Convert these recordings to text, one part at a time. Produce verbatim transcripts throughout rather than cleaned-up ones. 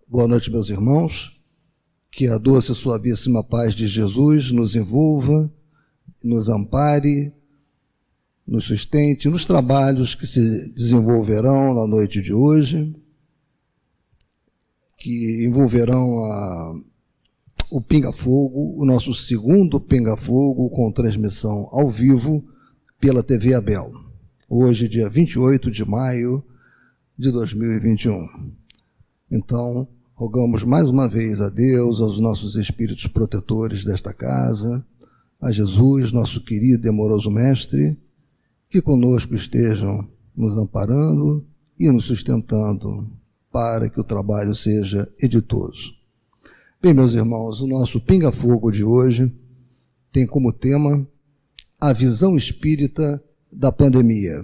Boa noite, meus irmãos. Que a doce e suavíssima paz de Jesus nos envolva, nos ampare, nos sustente nos trabalhos que se desenvolverão na noite de hoje, que envolverão a, o Pinga Fogo, o nosso segundo Pinga Fogo, com transmissão ao vivo pela T V Abel. Hoje, dia vinte e oito de maio de dois mil e vinte e um. Então, rogamos mais uma vez a Deus, aos nossos espíritos protetores desta casa, a Jesus, nosso querido e amoroso Mestre, que conosco estejam nos amparando e nos sustentando para que o trabalho seja editoso. Bem, meus irmãos, o nosso Pinga Fogo de hoje tem como tema a visão espírita da pandemia.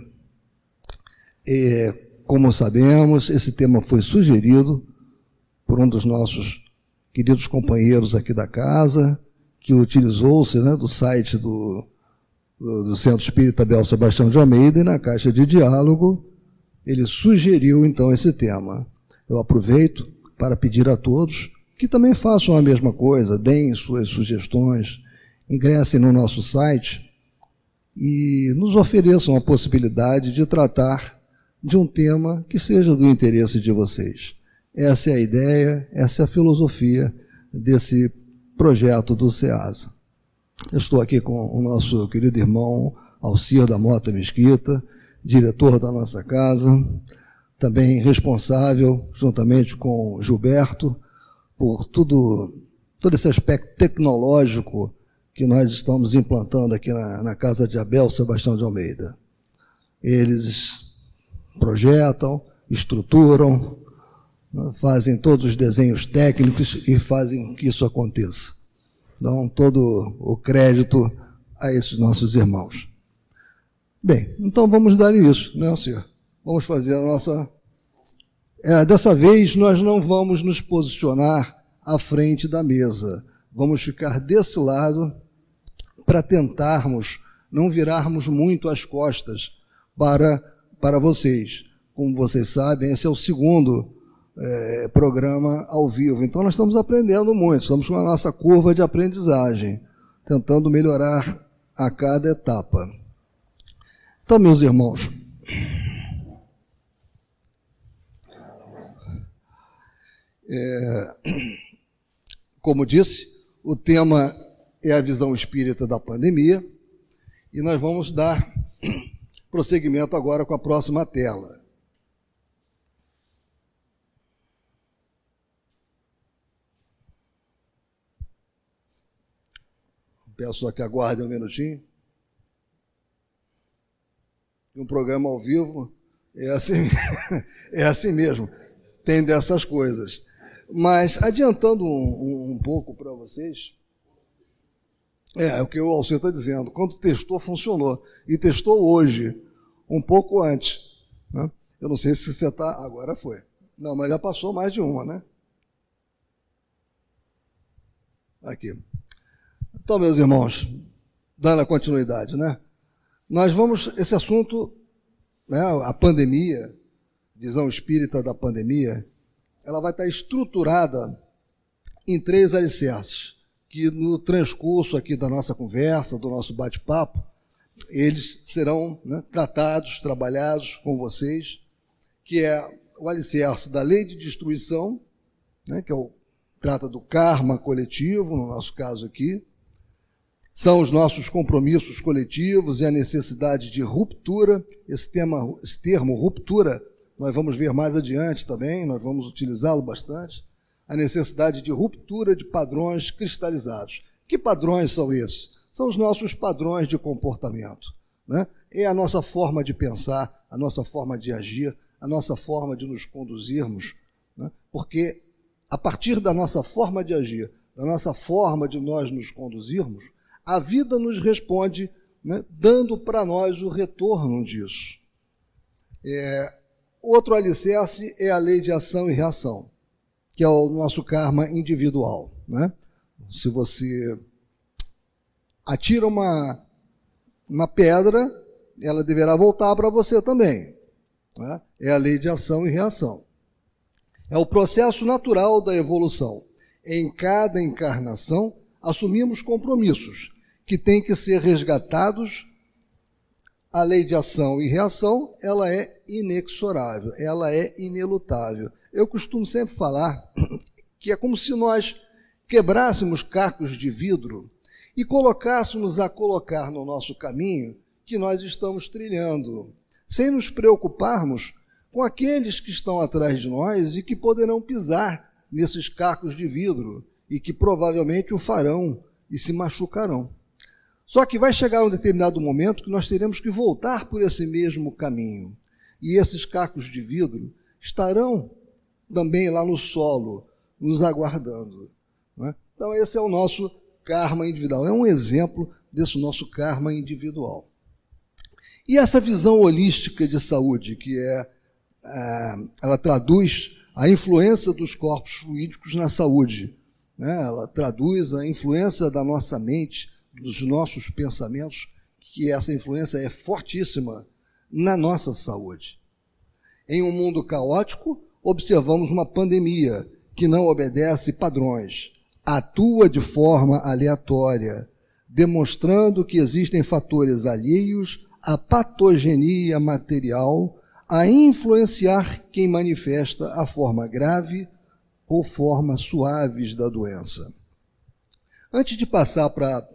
E, como sabemos, esse tema foi sugerido por um dos nossos queridos companheiros aqui da casa, que utilizou-se, né, do site do, do, do Centro Espírita Abel Sebastião de Almeida, e na caixa de diálogo ele sugeriu, então, esse tema. Eu aproveito para pedir a todos que também façam a mesma coisa, deem suas sugestões, ingressem no nosso site e nos ofereçam a possibilidade de tratar de um tema que seja do interesse de vocês. Essa é a ideia, essa é a filosofia desse projeto do SEASA. Eu estou aqui com o nosso querido irmão Alcir da Mota Mesquita, diretor da nossa casa, também responsável, juntamente com Gilberto, por tudo, todo esse aspecto tecnológico que nós estamos implantando aqui na, na casa de Abel Sebastião de Almeida. Eles projetam, estruturam, fazem todos os desenhos técnicos e fazem que isso aconteça. Dão todo o crédito a esses nossos irmãos. Bem, então vamos dar isso, né, senhor? Vamos fazer a nossa... É, dessa vez nós não vamos nos posicionar à frente da mesa. Vamos ficar desse lado para tentarmos não virarmos muito as costas para, para vocês. Como vocês sabem, esse é o segundo é, programa ao vivo. Então nós estamos aprendendo muito, estamos com a nossa curva de aprendizagem, tentando melhorar a cada etapa. Então, meus irmãos, é, como disse, o tema é a visão espírita da pandemia, e nós vamos dar prosseguimento agora com a próxima tela. Peço só que aguardem um minutinho. Um programa ao vivo é assim, é assim mesmo, tem dessas coisas. Mas, adiantando um, um, um pouco para vocês, é, é o que o Alcir está dizendo, quando testou, funcionou. E testou hoje, um pouco antes. Né? Eu não sei se você está... Agora foi. Não, mas já passou mais de uma, né? Aqui. Então, meus irmãos, dando a continuidade, né? Nós vamos, esse assunto, né, a pandemia, visão espírita da pandemia, ela vai estar estruturada em três alicerces, que no transcurso aqui da nossa conversa, do nosso bate-papo, eles serão, né, tratados, trabalhados com vocês, que é o alicerce da lei de destruição, né, que é o, trata do karma coletivo, no nosso caso aqui, são os nossos compromissos coletivos e a necessidade de ruptura. Esse, tema, esse termo, ruptura, nós vamos ver mais adiante também, nós vamos utilizá-lo bastante. A necessidade de ruptura de padrões cristalizados. Que padrões são esses? São os nossos padrões de comportamento, né? É a nossa forma de pensar, a nossa forma de agir, a nossa forma de nos conduzirmos, né? Porque a partir da nossa forma de agir, da nossa forma de nós nos conduzirmos, a vida nos responde, né, dando para nós o retorno disso. É, outro alicerce é a lei de ação e reação, que é o nosso karma individual, né? Se você atira uma, uma pedra, ela deverá voltar para você também, né? É a lei de ação e reação. É o processo natural da evolução. Em cada encarnação, assumimos compromissos que têm que ser resgatados. A lei de ação e reação, ela é inexorável, ela é inelutável. Eu costumo sempre falar que é como se nós quebrássemos cacos de vidro e colocássemos a colocar no nosso caminho que nós estamos trilhando, sem nos preocuparmos com aqueles que estão atrás de nós e que poderão pisar nesses cacos de vidro e que provavelmente o farão e se machucarão. Só que vai chegar um determinado momento que nós teremos que voltar por esse mesmo caminho. E esses cacos de vidro estarão também lá no solo, nos aguardando. Não é? Então esse é o nosso karma individual. É um exemplo desse nosso karma individual. E essa visão holística de saúde, que é, é ela traduz a influência dos corpos fluídicos na saúde, né? Ela traduz a influência da nossa mente, dos nossos pensamentos, que essa influência é fortíssima na nossa saúde. Em um mundo caótico, observamos uma pandemia que não obedece padrões, atua de forma aleatória, demonstrando que existem fatores alheios à patogenia material a influenciar quem manifesta a forma grave ou formas suaves da doença. Antes de passar para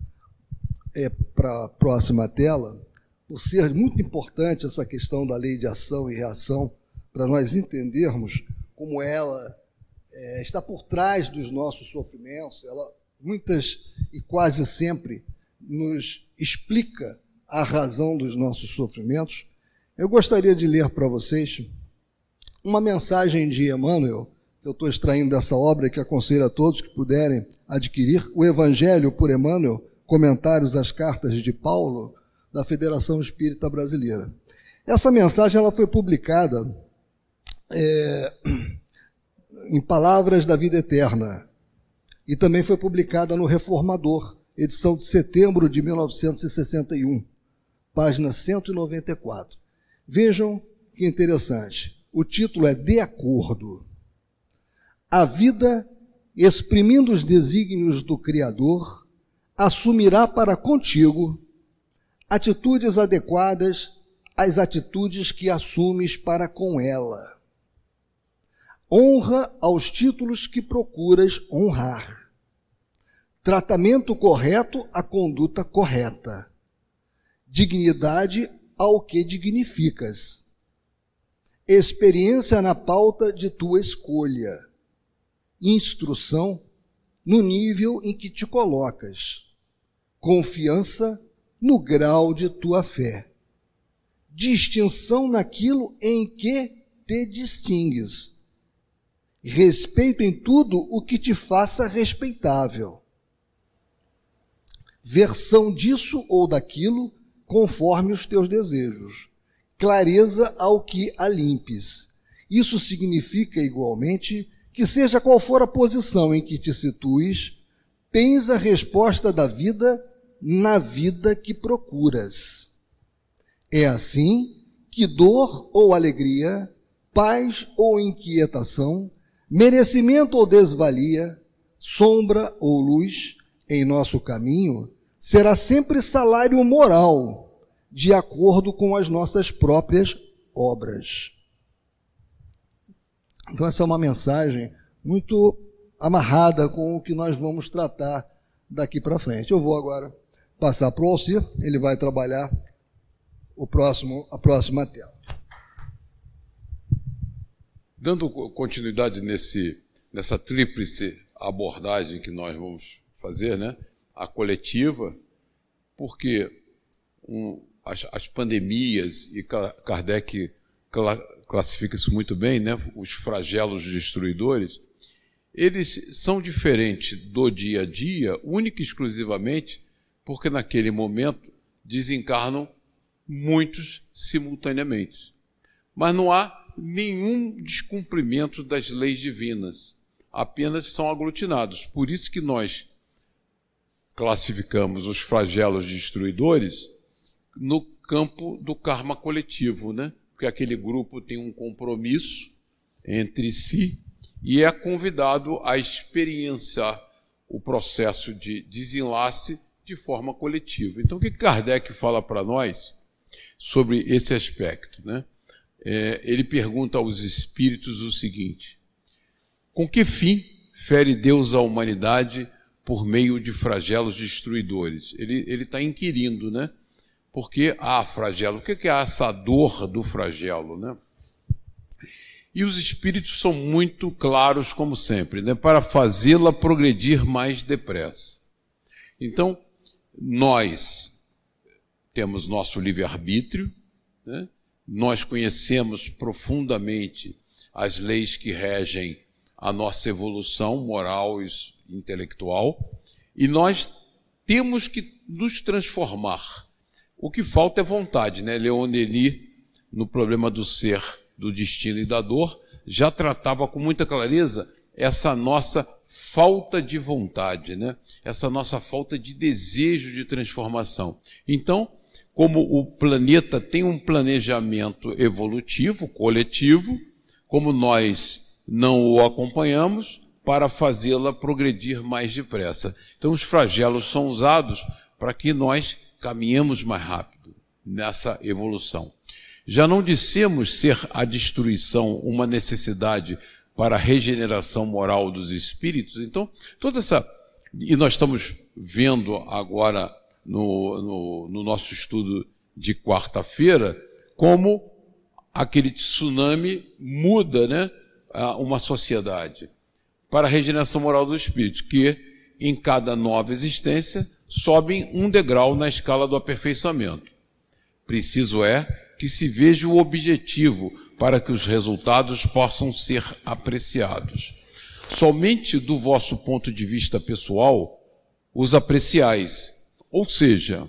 é, para a próxima tela, por ser muito importante essa questão da lei de ação e reação, para nós entendermos como ela é, está por trás dos nossos sofrimentos, ela muitas e quase sempre nos explica a razão dos nossos sofrimentos. Eu gostaria de ler para vocês uma mensagem de Emmanuel, que eu estou extraindo dessa obra, que aconselho a todos que puderem adquirir, o Evangelho por Emmanuel, comentários às cartas de Paulo, da Federação Espírita Brasileira. Essa mensagem ela foi publicada é, em Palavras da Vida Eterna e também foi publicada no Reformador, edição de setembro de mil novecentos e sessenta e um, página cento e noventa e quatro. Vejam que interessante. O título é De Acordo. A vida, exprimindo os desígnios do Criador, assumirá para contigo atitudes adequadas às atitudes que assumes para com ela. Honra aos títulos que procuras honrar. Tratamento correto à conduta correta. Dignidade ao que dignificas. Experiência na pauta de tua escolha. Instrução no nível em que te colocas. Confiança no grau de tua fé. Distinção naquilo em que te distingues. Respeito em tudo o que te faça respeitável. Versão disso ou daquilo conforme os teus desejos. Clareza ao que a limpes. Isso significa, igualmente, que seja qual for a posição em que te situes, tens a resposta da vida na vida que procuras. É assim que dor ou alegria, paz ou inquietação, merecimento ou desvalia, sombra ou luz em nosso caminho, será sempre salário moral, de acordo com as nossas próprias obras. Então essa é uma mensagem muito amarrada com o que nós vamos tratar daqui para frente. Eu vou agora passar para o Alcir, ele vai trabalhar o próximo, a próxima tela. Dando continuidade nesse, nessa tríplice abordagem que nós vamos fazer, né? A coletiva, porque um, as, as pandemias, e Kardec cla, classifica isso muito bem, né? Os flagelos destruidores, eles são diferentes do dia a dia, única e exclusivamente porque naquele momento desencarnam muitos simultaneamente. Mas não há nenhum descumprimento das leis divinas, apenas são aglutinados. Por isso que nós classificamos os flagelos destruidores no campo do karma coletivo, né? Porque aquele grupo tem um compromisso entre si e é convidado a experienciar o processo de desenlace de forma coletiva. Então, o que Kardec fala para nós sobre esse aspecto, né? É, ele pergunta aos espíritos o seguinte: com que fim fere Deus a humanidade por meio de flagelos destruidores? Ele ele está inquirindo, né? Porque há flagelo. O que é essa dor do flagelo, né? E os espíritos são muito claros, como sempre, né? Para fazê-la progredir mais depressa. Então, nós temos nosso livre-arbítrio, né? Nós conhecemos profundamente as leis que regem a nossa evolução moral e intelectual, e nós temos que nos transformar. O que falta é vontade, né? Leon Denis, no Problema do Ser, do Destino e da Dor, já tratava com muita clareza essa nossa falta de vontade, né? Essa nossa falta de desejo de transformação. Então, como o planeta tem um planejamento evolutivo, coletivo, como nós não o acompanhamos, para fazê-la progredir mais depressa. Então, os flagelos são usados para que nós caminhemos mais rápido nessa evolução. Já não dissemos ser a destruição uma necessidade para a regeneração moral dos espíritos. Então, toda essa... E nós estamos vendo agora no, no, no nosso estudo de quarta-feira como aquele tsunami muda, né, uma sociedade para a regeneração moral dos espíritos, que em cada nova existência sobem um degrau na escala do aperfeiçoamento. Preciso é que se veja o objetivo para que os resultados possam ser apreciados. Somente do vosso ponto de vista pessoal os apreciais, ou seja,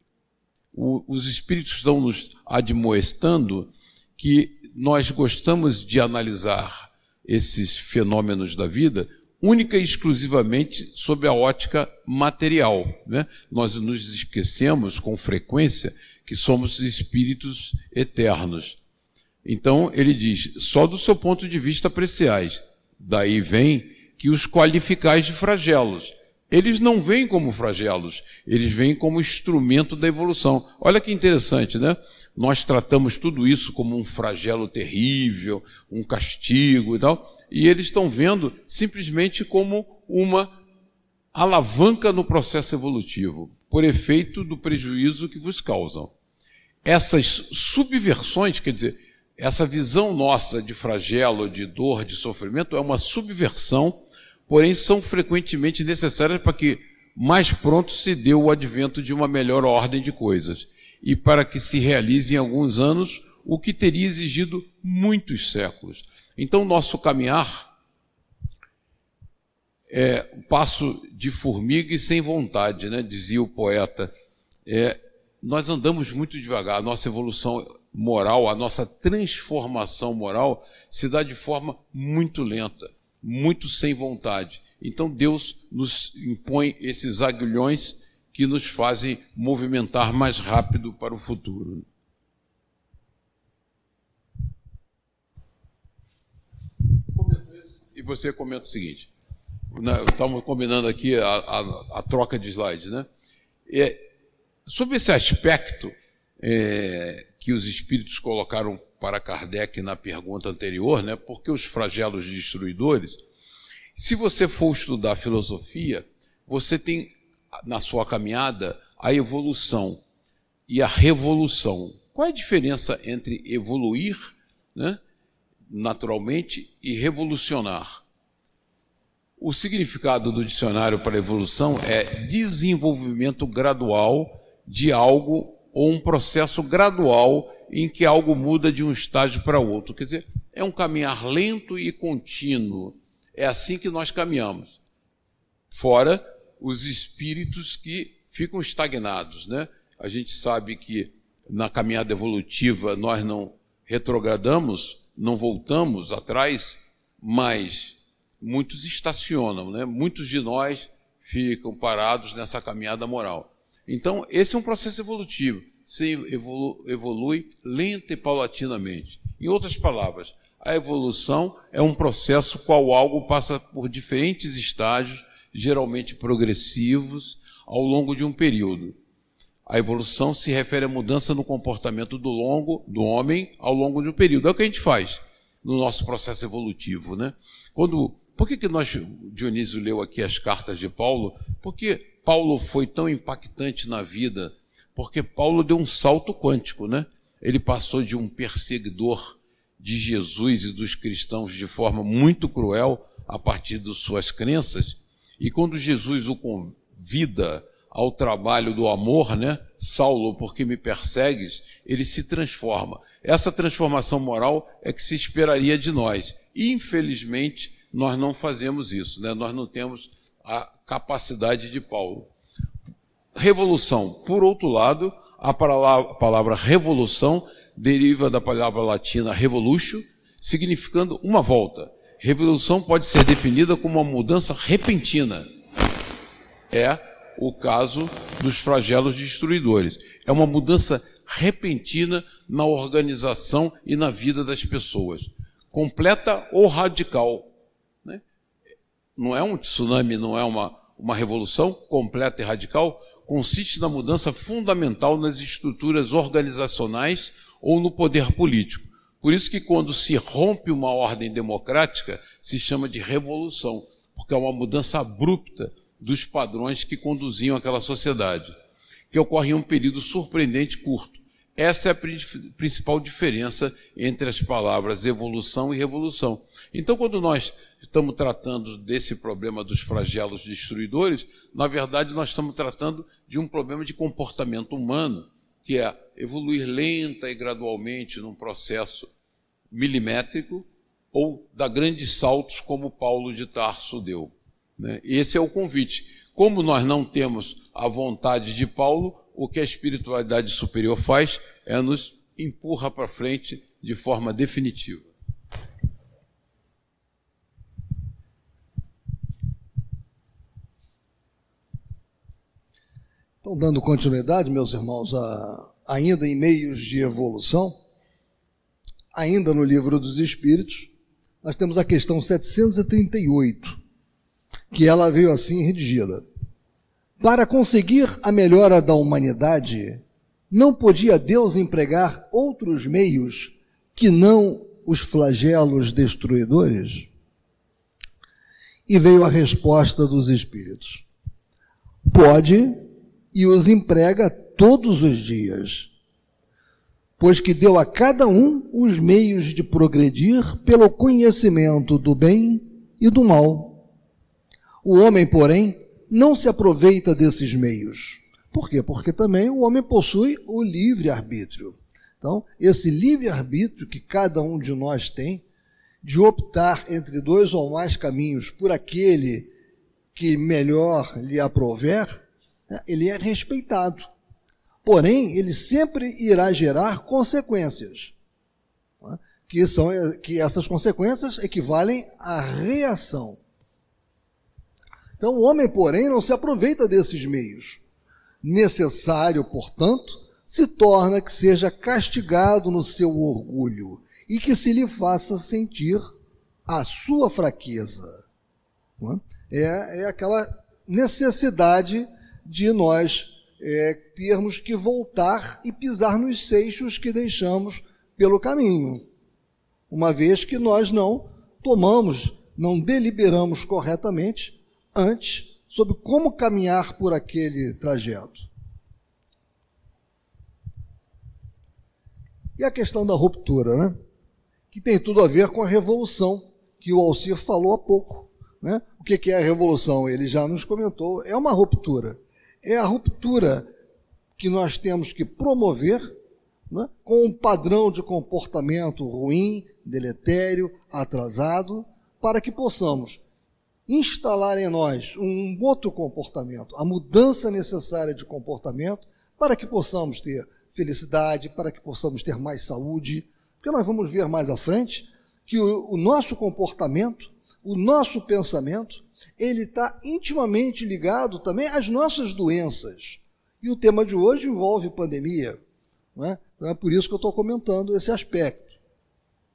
o, os espíritos estão nos admoestando que nós gostamos de analisar esses fenômenos da vida única e exclusivamente sob a ótica material, né? Nós nos esquecemos com frequência que somos espíritos eternos. Então, ele diz, só do seu ponto de vista apreciais. Daí vem que os qualificais de flagelos. Eles não vêm como flagelos, eles vêm como instrumento da evolução. Olha que interessante, né? Nós tratamos tudo isso como um flagelo terrível, um castigo e tal, e eles estão vendo simplesmente como uma alavanca no processo evolutivo, por efeito do prejuízo que vos causam. Essas subversões, quer dizer, essa visão nossa de flagelo, de dor, de sofrimento, é uma subversão, porém são frequentemente necessárias para que mais pronto se dê o advento de uma melhor ordem de coisas e para que se realize em alguns anos o que teria exigido muitos séculos. Então, nosso caminhar é um passo de formiga e sem vontade, né? Dizia o poeta. É, nós andamos muito devagar, a nossa evolução moral, a nossa transformação moral se dá de forma muito lenta, muito sem vontade. Então Deus nos impõe esses aguilhões que nos fazem movimentar mais rápido para o futuro. E você comenta o seguinte, estamos combinando aqui a, a, a troca de slides, né? É, sobre esse aspecto é, que os espíritos colocaram para Kardec na pergunta anterior, né? Por que os flagelos destruidores? Se você for estudar filosofia, você tem na sua caminhada a evolução e a revolução. Qual é a diferença entre evoluir, né, naturalmente, e revolucionar? O significado do dicionário para evolução é desenvolvimento gradual de algo ou um processo gradual em que algo muda de um estágio para outro. Quer dizer, é um caminhar lento e contínuo. É assim que nós caminhamos. Fora os espíritos que ficam estagnados, né? A gente sabe que na caminhada evolutiva nós não retrogradamos, não voltamos atrás, mas muitos estacionam, né? Muitos de nós ficam parados nessa caminhada moral. Então, esse é um processo evolutivo. Você evolu- evolui lenta e paulatinamente. Em outras palavras, A evolução é um processo qual algo passa por diferentes estágios, geralmente progressivos, ao longo de um período. A evolução se refere à mudança no comportamento do, longo, do homem ao longo de um período. É o que a gente faz no nosso processo evolutivo, né? Quando, por que, que nós, Dionísio leu aqui as cartas de Paulo? Porque Paulo foi tão impactante na vida, porque Paulo deu um salto quântico, né? Ele passou de um perseguidor de Jesus e dos cristãos de forma muito cruel a partir de suas crenças, e quando Jesus o convida ao trabalho do amor, né? Saulo, por que me persegues? Ele se transforma. Essa transformação moral é que se esperaria de nós. Infelizmente, nós não fazemos isso, né? Nós não temos a capacidade de Paulo. Revolução. Por outro lado, a palavra, a palavra revolução deriva da palavra latina revolutio, significando uma volta. Revolução pode ser definida como uma mudança repentina. É o caso dos flagelos destruidores. É uma mudança repentina na organização e na vida das pessoas. Completa ou radical, né? Não é um tsunami, não é uma, uma revolução completa e radical. Consiste na mudança fundamental nas estruturas organizacionais ou no poder político. Por isso que quando se rompe uma ordem democrática, se chama de revolução, porque é uma mudança abrupta dos padrões que conduziam aquela sociedade, que ocorre em um período surpreendente curto. Essa é a principal diferença entre as palavras evolução e revolução. Então, quando nós estamos tratando desse problema dos flagelos destruidores, na verdade nós estamos tratando de um problema de comportamento humano, que é evoluir lenta e gradualmente num processo milimétrico ou dar grandes saltos como Paulo de Tarso deu, né? Esse é o convite. Como nós não temos a vontade de Paulo, o que a espiritualidade superior faz é nos empurra para frente de forma definitiva. Então, dando continuidade, meus irmãos, a, ainda em meios de evolução, ainda no Livro dos Espíritos, nós temos a questão setecentos e trinta e oito, que ela veio assim redigida. Para conseguir a melhora da humanidade, não podia Deus empregar outros meios que não os flagelos destruidores? E veio a resposta dos Espíritos. Pode, e os emprega todos os dias, pois que deu a cada um os meios de progredir pelo conhecimento do bem e do mal. O homem, porém, não se aproveita desses meios. Por quê? Porque também o homem possui o livre-arbítrio. Então, esse livre-arbítrio que cada um de nós tem, de optar entre dois ou mais caminhos por aquele que melhor lhe aprouver, ele é respeitado. Porém, ele sempre irá gerar consequências, que, são, que essas consequências equivalem à reação. Então, o homem, porém, não se aproveita desses meios. Necessário, portanto, se torna que seja castigado no seu orgulho e que se lhe faça sentir a sua fraqueza. É, é aquela necessidade de nós é, termos que voltar e pisar nos seixos que deixamos pelo caminho, uma vez que nós não tomamos, não deliberamos corretamente antes sobre como caminhar por aquele trajeto. E a questão da ruptura, né? Que tem tudo a ver com a revolução, que o Alcir falou há pouco, né? O que é a revolução? Ele já nos comentou, é uma ruptura. É a ruptura que nós temos que promover, né, com um padrão de comportamento ruim, deletério, atrasado, para que possamos instalar em nós um outro comportamento, a mudança necessária de comportamento, para que possamos ter felicidade, para que possamos ter mais saúde, porque nós vamos ver mais à frente que o, o nosso comportamento, o nosso pensamento, ele está intimamente ligado também às nossas doenças. E o tema de hoje envolve pandemia, não é? Então é por isso que eu estou comentando esse aspecto.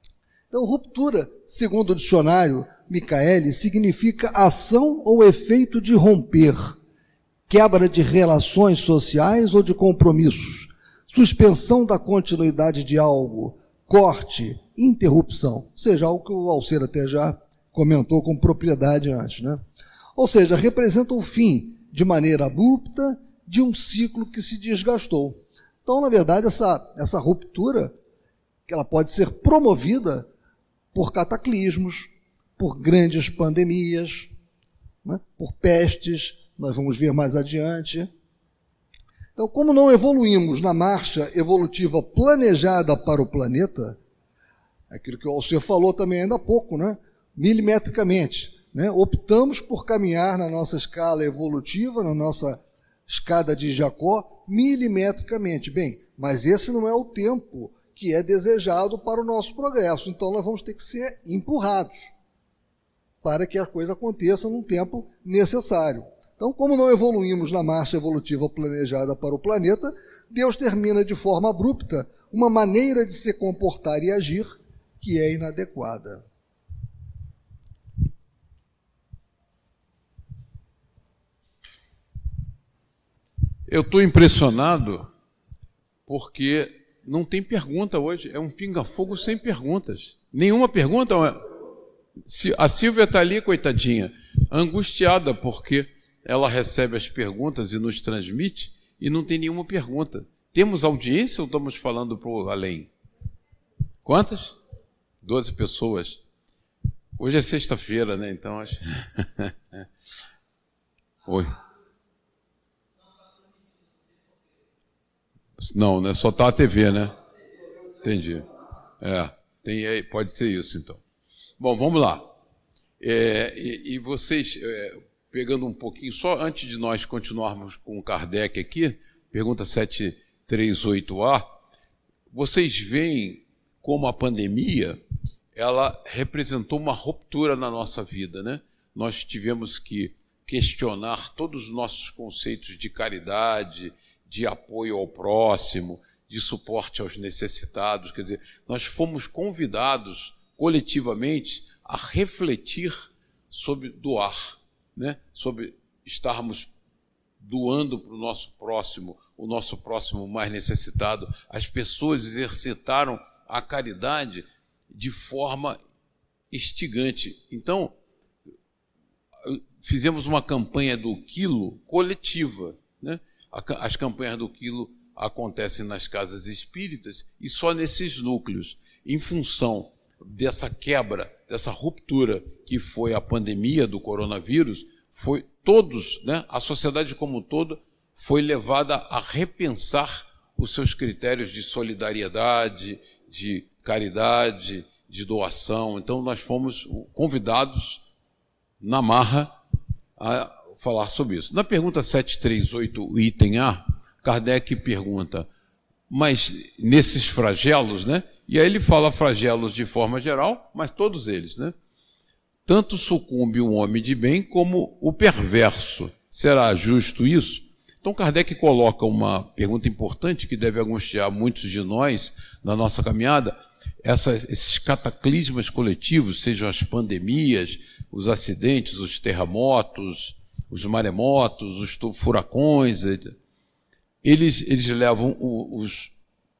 Então, ruptura, segundo o dicionário Michaeli, significa ação ou efeito de romper, quebra de relações sociais ou de compromissos, suspensão da continuidade de algo, corte, interrupção, ou seja, algo que o Alcir até já comentou com propriedade antes, né? Ou seja, representa o fim, de maneira abrupta, de um ciclo que se desgastou. Então, na verdade, essa, essa ruptura, que ela pode ser promovida por cataclismos, por grandes pandemias, né? Por pestes, nós vamos ver mais adiante. Então, como não evoluímos na marcha evolutiva planejada para o planeta, aquilo que o Alcir falou também ainda há pouco, né? Milimetricamente, né? Optamos por caminhar na nossa escala evolutiva, na nossa escada de Jacó, milimetricamente. Bem, mas esse não é o tempo que é desejado para o nosso progresso. Então, nós vamos ter que ser empurrados para que a coisa aconteça num tempo necessário. Então, como não evoluímos na marcha evolutiva planejada para o planeta, Deus termina de forma abrupta uma maneira de se comportar e agir que é inadequada. Eu estou impressionado porque não tem pergunta hoje, é um pinga-fogo sem perguntas. Nenhuma pergunta. A Silvia está ali, coitadinha, angustiada porque ela recebe as perguntas e nos transmite e não tem nenhuma pergunta. Temos audiência ou estamos falando para o além? Quantas? Doze pessoas. Hoje é sexta-feira, né? Então acho. Oi. Não, né? Só está a T V, né? Entendi. É, tem, pode ser isso, então. Bom, vamos lá. É, e, e vocês, é, pegando um pouquinho, só antes de nós continuarmos com o Kardec aqui, pergunta sete três oito A, vocês veem como a pandemia, ela representou uma ruptura na nossa vida, né? Nós tivemos que questionar todos os nossos conceitos de caridade, de apoio ao próximo, de suporte aos necessitados. Quer dizer, nós fomos convidados coletivamente a refletir sobre doar, né? Sobre estarmos doando para o nosso próximo, o nosso próximo mais necessitado. As pessoas exercitaram a caridade de forma instigante. Então, fizemos uma campanha do quilo coletiva, né? As campanhas do quilo acontecem nas casas espíritas e só nesses núcleos, em função dessa quebra, dessa ruptura que foi a pandemia do coronavírus, foi todos, né, a sociedade como um todo foi levada a repensar os seus critérios de solidariedade, de caridade, de doação. Então, nós fomos convidados na marra a falar sobre isso. Na pergunta sete três oito, item A, Kardec pergunta, mas nesses flagelos, né? E aí ele fala flagelos de forma geral, mas todos eles, né? Tanto sucumbe o homem de bem como o perverso. Será justo isso? Então Kardec coloca uma pergunta importante que deve angustiar muitos de nós na nossa caminhada, essas, esses cataclismas coletivos, sejam as pandemias, os acidentes, os terremotos, os maremotos, os furacões, eles, eles levam os,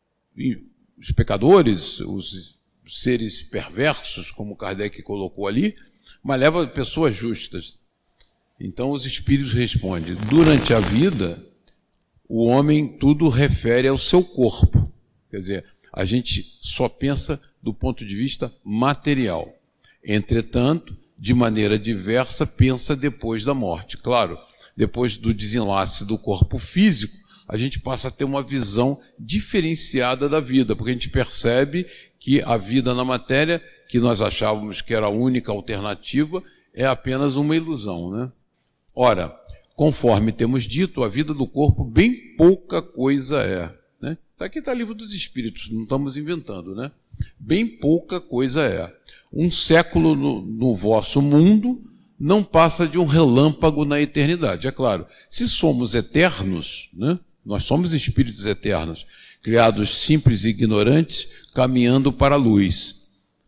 os pecadores, os seres perversos, como Kardec colocou ali, mas levam pessoas justas. Então os espíritos respondem, durante a vida, o homem tudo refere ao seu corpo. Quer dizer, a gente só pensa do ponto de vista material. Entretanto, de maneira diversa, pensa depois da morte. Claro, depois do desenlace do corpo físico, a gente passa a ter uma visão diferenciada da vida, porque a gente percebe que a vida na matéria, que nós achávamos que era a única alternativa, é apenas uma ilusão, né? Ora, conforme temos dito, a vida do corpo bem pouca coisa é, né? Aqui está o Livro dos Espíritos, não estamos inventando, né? Bem pouca coisa é. Um século no, no vosso mundo não passa de um relâmpago na eternidade. É claro, se somos eternos, né? Nós somos espíritos eternos, criados simples e ignorantes, caminhando para a luz.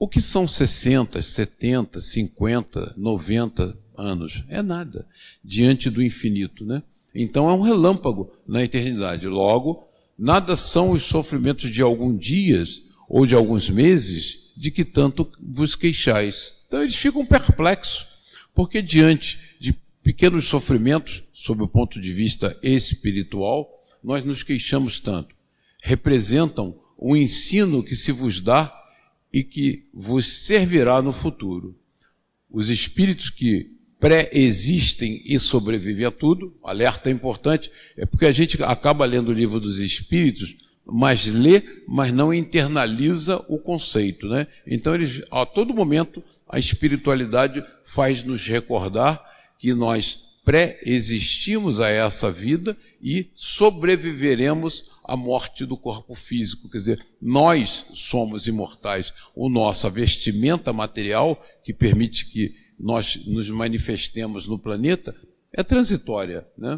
O que são sessenta, setenta, cinquenta, noventa anos? É nada diante do infinito, né? Então é um relâmpago na eternidade. Logo, nada são os sofrimentos de alguns dias ou de alguns meses de que tanto vos queixais. Então eles ficam perplexos, porque diante de pequenos sofrimentos, sob o ponto de vista espiritual, nós nos queixamos tanto. Representam o ensino que se vos dá e que vos servirá no futuro. Os espíritos que pré-existem e sobrevivem a tudo, alerta importante, é porque a gente acaba lendo o livro dos espíritos, mas lê, mas não internaliza o conceito, né? Então, eles, a todo momento, a espiritualidade faz nos recordar que nós pré-existimos a essa vida e sobreviveremos à morte do corpo físico. Quer dizer, nós somos imortais. O nossa vestimenta material, que permite que nós nos manifestemos no planeta, é transitória, né?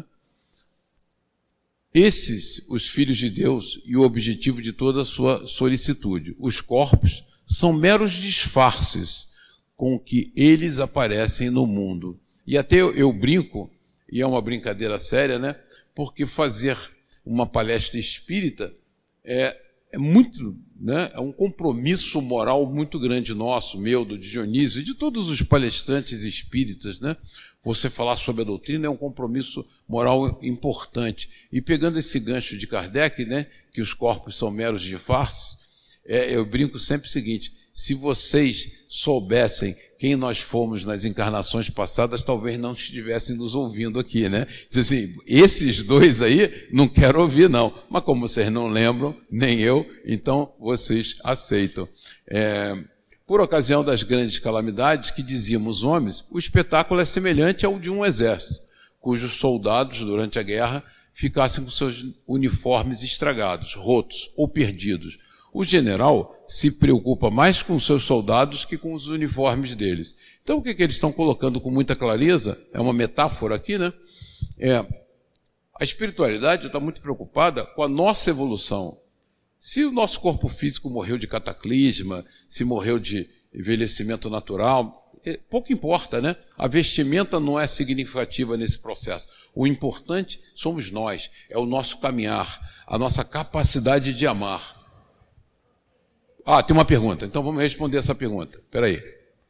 Esses, os filhos de Deus, e o objetivo de toda a sua solicitude. Os corpos são meros disfarces com que eles aparecem no mundo. E até eu, eu brinco, e é uma brincadeira séria, né? Porque fazer uma palestra espírita é, é muito, né? É um compromisso moral muito grande nosso, meu, do Dionísio e de todos os palestrantes espíritas, né? Você falar sobre a doutrina é um compromisso moral importante. E pegando esse gancho de Kardec, né, que os corpos são meros disfarces, é, eu brinco sempre o seguinte: se vocês soubessem quem nós fomos nas encarnações passadas, talvez não estivessem nos ouvindo aqui, né? Diz assim, esses dois aí, não quero ouvir, não. Mas como vocês não lembram, nem eu, então vocês aceitam. É, por ocasião das grandes calamidades que dizíamos homens, o espetáculo é semelhante ao de um exército, cujos soldados, durante a guerra, ficassem com seus uniformes estragados, rotos ou perdidos. O general se preocupa mais com seus soldados que com os uniformes deles. Então, o que, que eles estão colocando com muita clareza, é uma metáfora aqui, né? É, a espiritualidade está muito preocupada com a nossa evolução. Se o nosso corpo físico morreu de cataclisma, se morreu de envelhecimento natural, pouco importa, né? A vestimenta não é significativa nesse processo. O importante somos nós, é o nosso caminhar, a nossa capacidade de amar. Ah, tem uma pergunta, então vamos responder essa pergunta. Espera aí.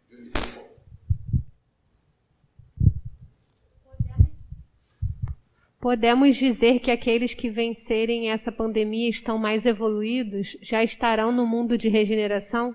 Podemos dizer que aqueles que vencerem essa pandemia estão mais evoluídos, já estarão no mundo de regeneração?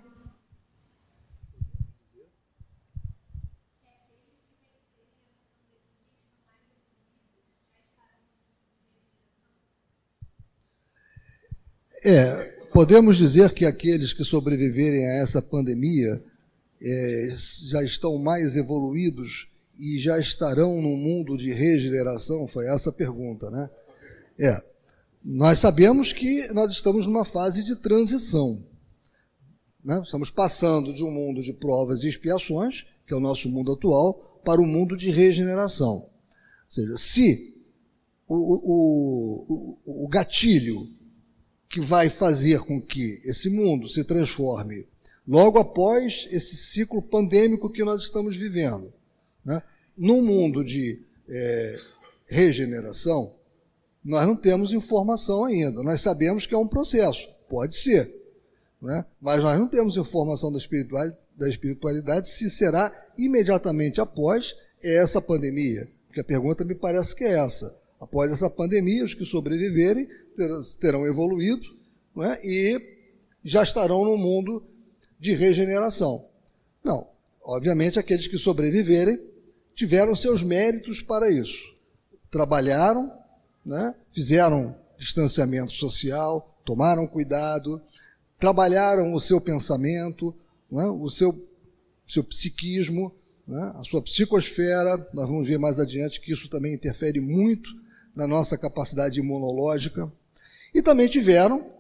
É, podemos dizer que aqueles que sobreviverem a essa pandemia é, já estão mais evoluídos e já estarão no mundo de regeneração? Foi essa a pergunta, né? É, nós sabemos que nós estamos numa fase de transição, né? Estamos passando de um mundo de provas e expiações, que é o nosso mundo atual, para o mundo de regeneração. Ou seja, se o, o, o, o gatilho que vai fazer com que esse mundo se transforme logo após esse ciclo pandêmico que nós estamos vivendo, né? No mundo de é, regeneração, nós não temos informação ainda. Nós sabemos que é um processo, pode ser, né? Mas nós não temos informação da espiritualidade, da espiritualidade se será imediatamente após essa pandemia. Porque a pergunta me parece que é essa. Após essa pandemia, os que sobreviverem terão, terão evoluído, né, e já estarão no mundo de regeneração. Não, obviamente aqueles que sobreviverem tiveram seus méritos para isso. Trabalharam, né, fizeram distanciamento social, tomaram cuidado, trabalharam o seu pensamento, né, o seu, seu psiquismo, né, a sua psicosfera. Nós vamos ver mais adiante que isso também interfere muito na nossa capacidade imunológica. E também tiveram,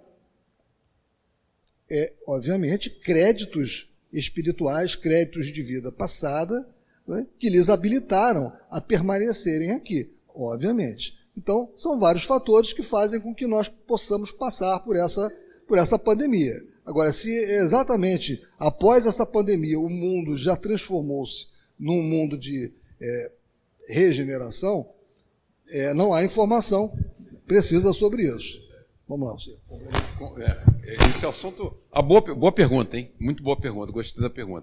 é, obviamente, créditos espirituais, créditos de vida passada, né, que lhes habilitaram a permanecerem aqui, obviamente. Então, são vários fatores que fazem com que nós possamos passar por essa, por essa pandemia. Agora, se exatamente após essa pandemia o mundo já transformou-se num mundo de é, regeneração, é, não há informação precisa sobre isso. Vamos lá, você. É, esse assunto... A boa, boa pergunta, hein? Muito boa pergunta, gostei da pergunta.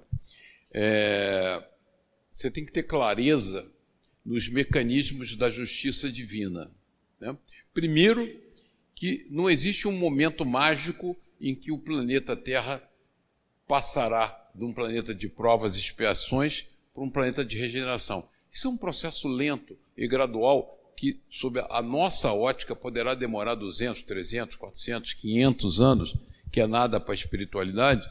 É, você tem que ter clareza nos mecanismos da justiça divina, né? Primeiro, que não existe um momento mágico em que o planeta Terra passará de um planeta de provas e expiações para um planeta de regeneração. Isso é um processo lento e gradual que, sob a nossa ótica, poderá demorar duzentos, trezentos, quatrocentos, quinhentos anos, que é nada para a espiritualidade,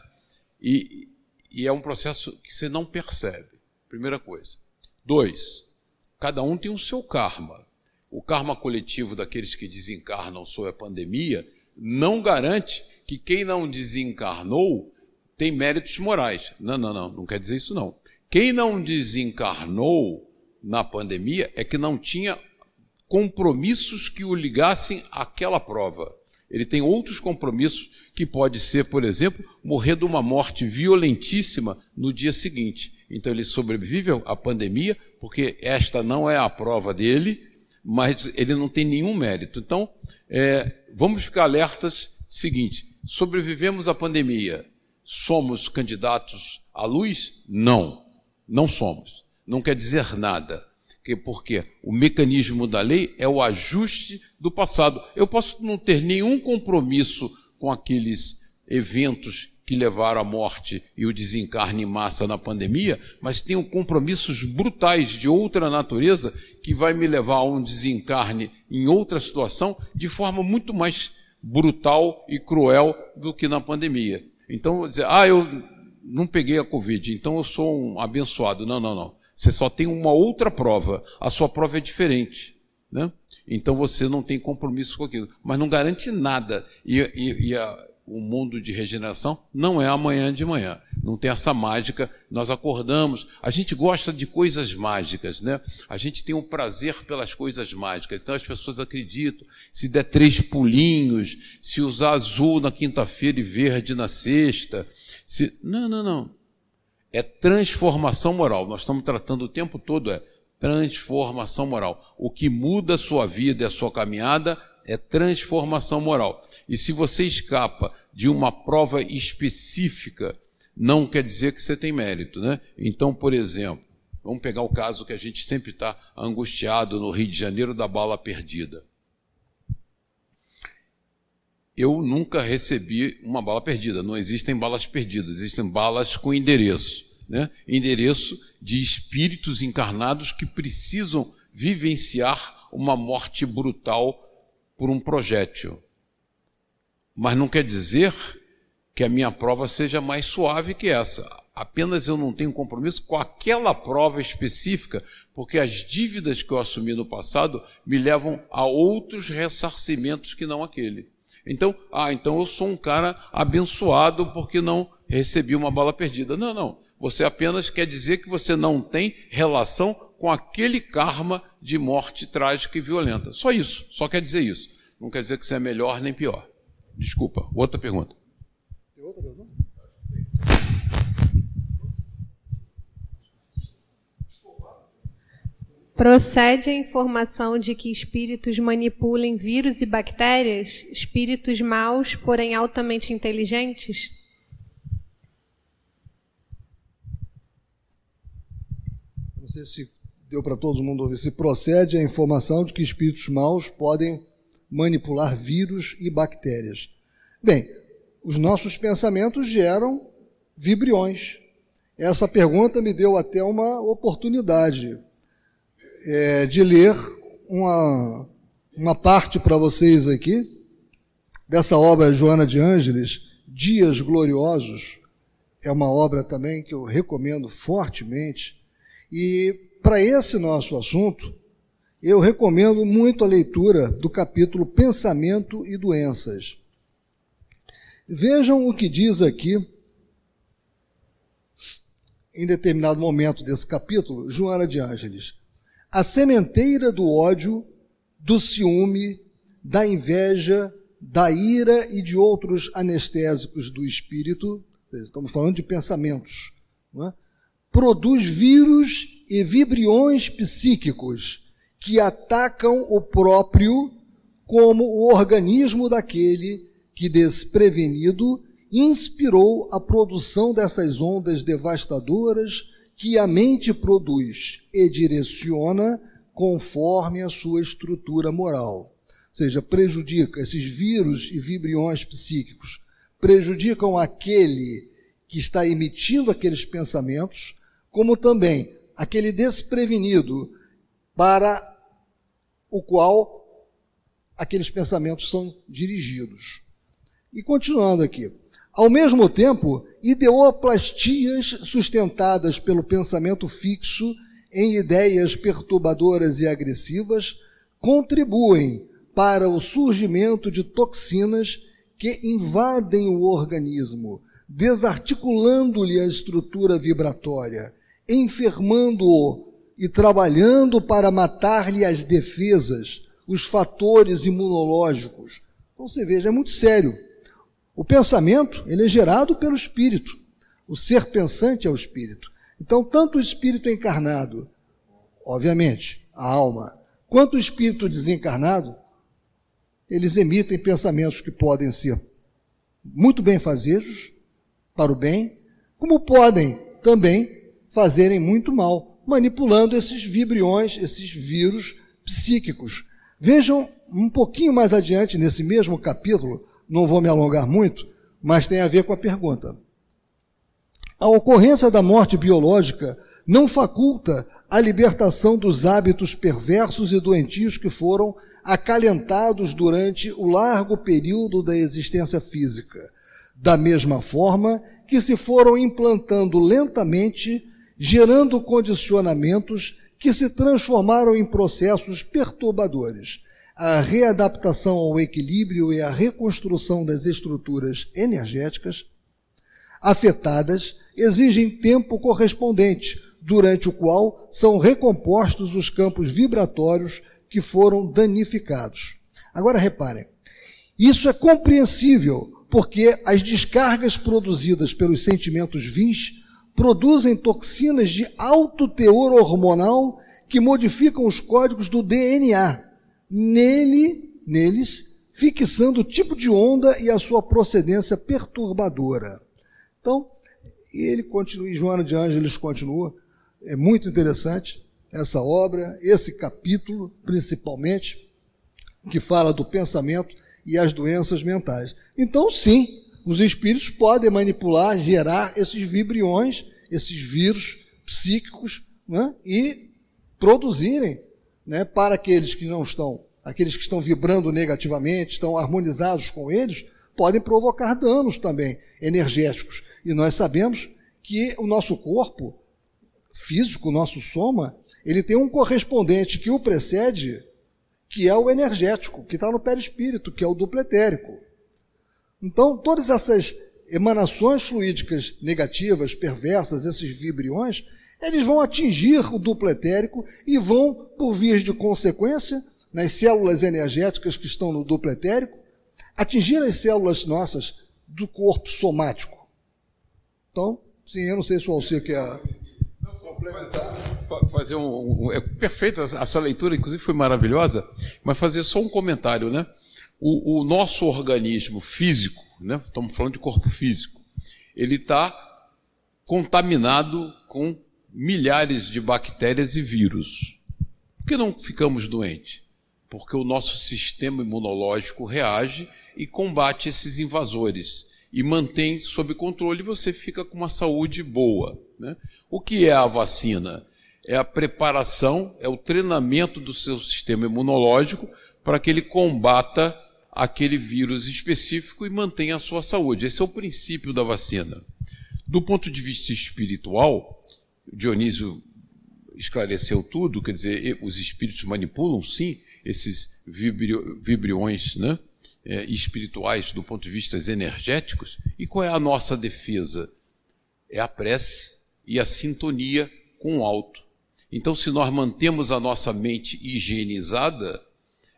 e, e é um processo que você não percebe, primeira coisa. Dois, cada um tem o seu karma. O karma coletivo daqueles que desencarnam sob a pandemia não garante que quem não desencarnou tem méritos morais. Não, não, não, não quer dizer isso não. Quem não desencarnou na pandemia é que não tinha compromissos que o ligassem àquela prova. Ele tem outros compromissos que pode ser, por exemplo, morrer de uma morte violentíssima no dia seguinte. Então ele sobrevive à pandemia, porque esta não é a prova dele, mas ele não tem nenhum mérito. Então, é, vamos ficar alertas. Seguinte, sobrevivemos à pandemia, somos candidatos à luz? Não, não somos. Não quer dizer nada. Porque o mecanismo da lei é o ajuste do passado. Eu posso não ter nenhum compromisso com aqueles eventos que levaram à morte e o desencarne em massa na pandemia, mas tenho compromissos brutais de outra natureza que vai me levar a um desencarne em outra situação de forma muito mais brutal e cruel do que na pandemia. Então, vou dizer, ah, eu não peguei a Covid, então eu sou um abençoado. Não, não, não. Você só tem uma outra prova, a sua prova é diferente, né? Então você não tem compromisso com aquilo, mas não garante nada. E, e, e a, o mundo de regeneração não é amanhã de manhã, não tem essa mágica. Nós acordamos, a gente gosta de coisas mágicas, né? A gente tem um prazer pelas coisas mágicas, então as pessoas acreditam, se der três pulinhos, se usar azul na quinta-feira e verde na sexta, se... não, não, não. É transformação moral. Nós estamos tratando o tempo todo, é transformação moral. O que muda a sua vida e a sua caminhada é transformação moral. E se você escapa de uma prova específica, não quer dizer que você tem mérito, né? Então, por exemplo, vamos pegar o caso que a gente sempre está angustiado no Rio de Janeiro da bala perdida. Eu nunca recebi uma bala perdida, não existem balas perdidas, existem balas com endereço, né? Endereço de espíritos encarnados que precisam vivenciar uma morte brutal por um projétil. Mas não quer dizer que a minha prova seja mais suave que essa. Apenas eu não tenho compromisso com aquela prova específica, porque as dívidas que eu assumi no passado me levam a outros ressarcimentos que não aquele. Então, ah, então eu sou um cara abençoado porque não recebi uma bala perdida. Não, não. Você apenas quer dizer que você não tem relação com aquele karma de morte trágica e violenta. Só isso, só quer dizer isso. Não quer dizer que você é melhor nem pior. Desculpa, outra pergunta. Tem outra pergunta? Procede a informação de que espíritos manipulem vírus e bactérias? Espíritos maus, porém altamente inteligentes? Não sei se deu para todo mundo ouvir. Se procede a informação de que espíritos maus podem manipular vírus e bactérias. Bem, os nossos pensamentos geram vibriões. Essa pergunta me deu até uma oportunidade É, de ler uma, uma parte para vocês aqui, dessa obra Joana de Ângeles, Dias Gloriosos. É uma obra também que eu recomendo fortemente. E para esse nosso assunto, eu recomendo muito a leitura do capítulo Pensamento e Doenças. Vejam o que diz aqui, em determinado momento desse capítulo, Joana de Ângeles. A sementeira do ódio, do ciúme, da inveja, da ira e de outros anestésicos do espírito, estamos falando de pensamentos, não é? Produz vírus e vibriões psíquicos que atacam o próprio como o organismo daquele que, desprevenido, inspirou a produção dessas ondas devastadoras que a mente produz e direciona conforme a sua estrutura moral. Ou seja, prejudica, esses vírus e vibriões psíquicos prejudicam aquele que está emitindo aqueles pensamentos, como também aquele desprevenido para o qual aqueles pensamentos são dirigidos. E continuando aqui. Ao mesmo tempo, ideoplastias sustentadas pelo pensamento fixo em ideias perturbadoras e agressivas contribuem para o surgimento de toxinas que invadem o organismo, desarticulando-lhe a estrutura vibratória, enfermando-o e trabalhando para matar-lhe as defesas, os fatores imunológicos. Então você veja, é muito sério. O pensamento, ele é gerado pelo espírito. O ser pensante é o espírito. Então, tanto o espírito encarnado, obviamente, a alma, quanto o espírito desencarnado, eles emitem pensamentos que podem ser muito benfazejos para o bem, como podem também fazerem muito mal, manipulando esses vibriões, esses vírus psíquicos. Vejam um pouquinho mais adiante, nesse mesmo capítulo, não vou me alongar muito, mas tem a ver com a pergunta. A ocorrência da morte biológica não faculta a libertação dos hábitos perversos e doentios que foram acalentados durante o largo período da existência física, da mesma forma que se foram implantando lentamente, gerando condicionamentos que se transformaram em processos perturbadores. A readaptação ao equilíbrio e a reconstrução das estruturas energéticas afetadas exigem tempo correspondente, durante o qual são recompostos os campos vibratórios que foram danificados. Agora reparem, isso é compreensível, porque as descargas produzidas pelos sentimentos vis produzem toxinas de alto teor hormonal que modificam os códigos do D N A, nele, neles, fixando o tipo de onda e a sua procedência perturbadora. Então, ele continua, e Joana de Ângeles continua, é muito interessante essa obra, esse capítulo, principalmente, que fala do pensamento e as doenças mentais. Então, sim, os espíritos podem manipular, gerar esses vibriões, esses vírus psíquicos, né, e produzirem, né, para aqueles que não estão, aqueles que estão vibrando negativamente, estão harmonizados com eles, podem provocar danos também energéticos. E nós sabemos que o nosso corpo físico, o nosso soma, ele tem um correspondente que o precede, que é o energético, que está no perispírito, que é o duplo etérico. Então, todas essas emanações fluídicas negativas, perversas, esses vibriões, eles vão atingir o duplo etérico e vão, por vias de consequência, nas células energéticas que estão no duplo etérico, atingir as células nossas do corpo somático. Então, sim, eu não sei se o Alcir quer complementar. Fazer um, um, é perfeita essa leitura, inclusive foi maravilhosa, mas fazer só um comentário, né? O, o nosso organismo físico, né? Estamos falando de corpo físico, ele está contaminado com milhares de bactérias e vírus. Por que não ficamos doentes? Porque o nosso sistema imunológico reage e combate esses invasores e mantém sob controle, você fica com uma saúde boa, né? O que é a vacina? É a preparação, é o treinamento do seu sistema imunológico para que ele combata aquele vírus específico e mantenha a sua saúde. Esse é o princípio da vacina. Do ponto de vista espiritual, Dionísio esclareceu tudo, quer dizer, os espíritos manipulam, sim, esses vibri- vibriões, né? É, espirituais do ponto de vista energéticos. E qual é a nossa defesa? É a prece e a sintonia com o alto. Então, se nós mantemos a nossa mente higienizada,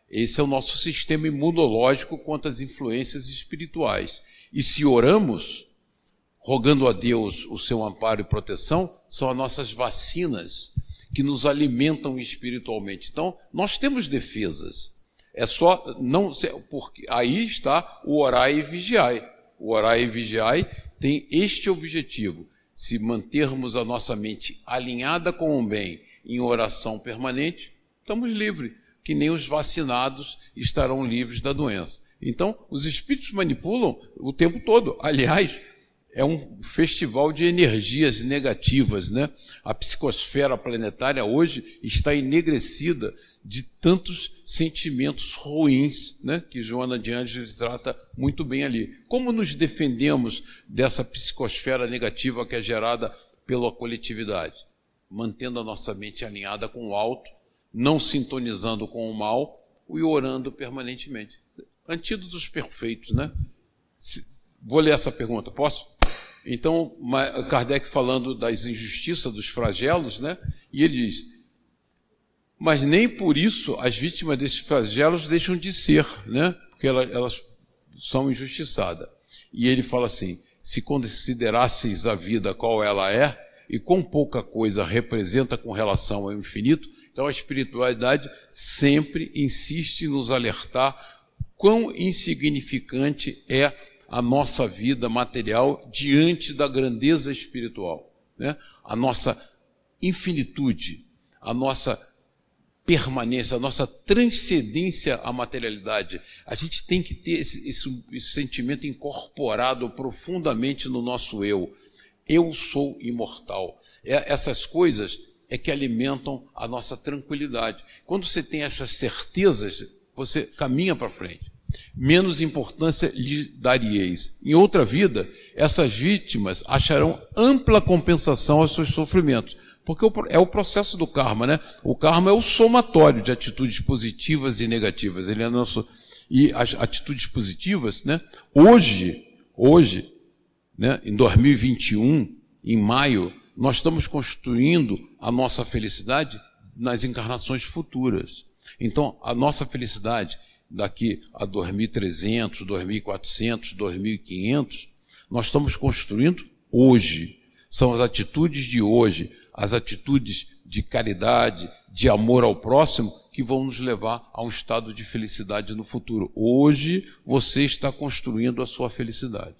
Esse é o nosso sistema imunológico contra as influências espirituais. E se oramos, rogando a Deus o seu amparo e proteção, são as nossas vacinas que nos alimentam espiritualmente. Então, nós temos defesas. É só não, porque aí está o orai e vigiai. O orai e vigiai tem este objetivo: se mantermos a nossa mente alinhada com o bem em oração permanente, estamos livres, que nem os vacinados estarão livres da doença. Então, os espíritos manipulam o tempo todo. Aliás, é um festival de energias negativas, né? A psicosfera planetária hoje está enegrecida de tantos sentimentos ruins, né? Que Joana de Ângeles trata muito bem ali. Como nos defendemos dessa psicosfera negativa que é gerada pela coletividade? Mantendo a nossa mente alinhada com o alto, não sintonizando com o mal e orando permanentemente. Antídotos perfeitos, né? Vou ler essa pergunta, posso? Então, Kardec falando das injustiças dos flagelos, né? E ele diz: mas nem por isso as vítimas desses flagelos deixam de ser, né? Porque elas, elas são injustiçadas. E ele fala assim: se considerasseis a vida qual ela é, e quão pouca coisa representa com relação ao infinito, então a espiritualidade sempre insiste em nos alertar quão insignificante é a nossa vida material diante da grandeza espiritual, né? A nossa infinitude, a nossa permanência, a nossa transcendência à materialidade. A gente tem que ter esse, esse, esse sentimento incorporado profundamente no nosso eu. Eu sou imortal. É, essas coisas é que alimentam a nossa tranquilidade. Quando você tem essas certezas, você caminha para frente. Menos importância lhe darieis. Em outra vida, essas vítimas acharão ampla compensação aos seus sofrimentos, porque é o processo do karma, né? O karma é o somatório de atitudes positivas e negativas. Ele é nosso, e as atitudes positivas, né? Hoje, hoje, né? Em dois mil e vinte e um, em maio, nós estamos construindo a nossa felicidade nas encarnações futuras. Então, a nossa felicidade daqui a dois mil e trezentos, dois mil e quatrocentos, dois mil e quinhentos, nós estamos construindo hoje. São as atitudes de hoje, as atitudes de caridade, de amor ao próximo, que vão nos levar a um estado de felicidade no futuro. Hoje você está construindo a sua felicidade.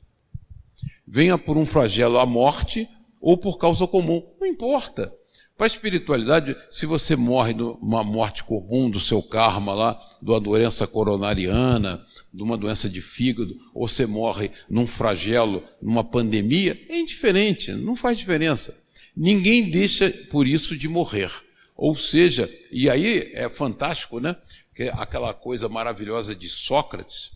Venha por um flagelo a morte ou por causa comum, não importa. Para a espiritualidade, se você morre numa morte comum do seu karma lá, de uma doença coronariana, de uma doença de fígado, ou você morre num flagelo, numa pandemia, é indiferente, não faz diferença. Ninguém deixa por isso de morrer. Ou seja, e aí é fantástico, né? Que é aquela coisa maravilhosa de Sócrates,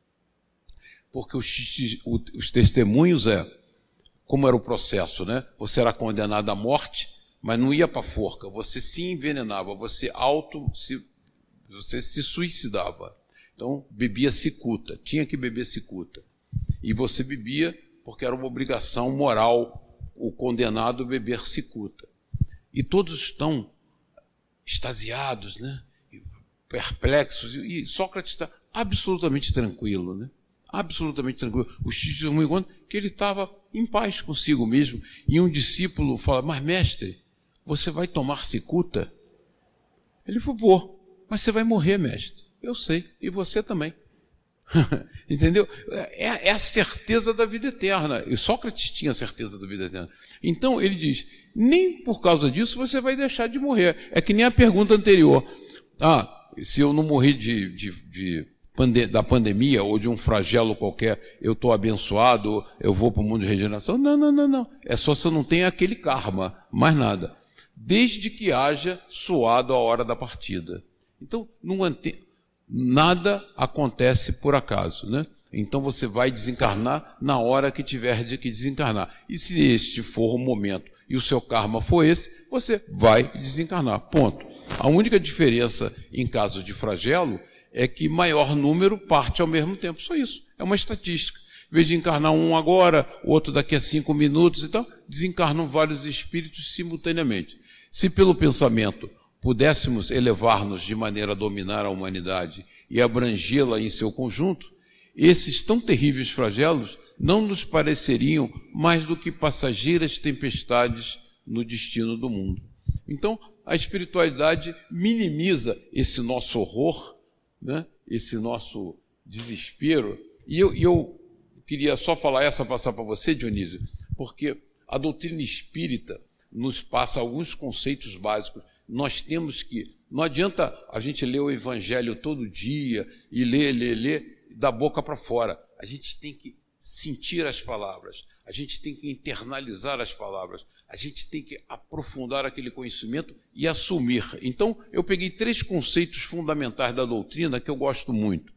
porque os, os testemunhos é, como era o processo, né? Você era condenado à morte, mas não ia para a forca, você se envenenava, você auto, se, você se suicidava. Então, bebia cicuta, tinha que beber cicuta. E você bebia porque era uma obrigação moral o condenado beber cicuta. E todos estão extasiados, né? Perplexos, e Sócrates está absolutamente tranquilo, né? Absolutamente tranquilo. Os testemunhos contam que ele estava em paz consigo mesmo, e um discípulo fala: mas mestre, você vai tomar cicuta? Ele falou: vou, mas você vai morrer, mestre. Eu sei, e você também. Entendeu? É, é a certeza da vida eterna. E Sócrates tinha a certeza da vida eterna. Então ele diz: nem por causa disso você vai deixar de morrer. É que nem a pergunta anterior: ah, se eu não morrer de, de, de pande- da pandemia ou de um flagelo qualquer, eu estou abençoado, eu vou para o mundo de regeneração? Não, não, não, não. É só se eu não tenho aquele karma, mais nada. Desde que haja soado a hora da partida. Então, não ante... nada acontece por acaso, né? Então você vai desencarnar na hora que tiver de que desencarnar. E se este for o momento e o seu karma for esse, você vai desencarnar, ponto. A única diferença em caso de flagelo é que maior número parte ao mesmo tempo, só isso. É uma estatística. Em vez de encarnar um agora, outro daqui a cinco minutos, então desencarnam vários espíritos simultaneamente. Se pelo pensamento pudéssemos elevar-nos de maneira a dominar a humanidade e abrangê-la em seu conjunto, esses tão terríveis flagelos não nos pareceriam mais do que passageiras tempestades no destino do mundo. Então, a espiritualidade minimiza esse nosso horror, né? Esse nosso desespero. E eu, eu queria só falar essa, passar para você, Dionísio, porque a doutrina espírita nos passa alguns conceitos básicos. Nós temos que... Não adianta a gente ler o Evangelho todo dia e ler, ler, ler, da boca para fora. A gente tem que sentir as palavras, a gente tem que internalizar as palavras, a gente tem que aprofundar aquele conhecimento e assumir. Então, eu peguei três conceitos fundamentais da doutrina que eu gosto muito.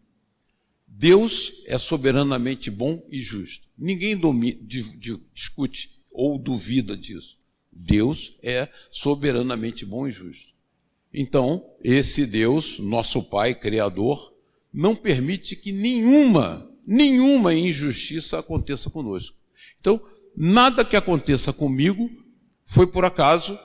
Deus é soberanamente bom e justo. Ninguém domina, discute ou duvida disso. Deus é soberanamente bom e justo. Então, esse Deus, nosso Pai Criador, não permite que nenhuma, nenhuma injustiça aconteça conosco. Então, nada que aconteça comigo foi por acaso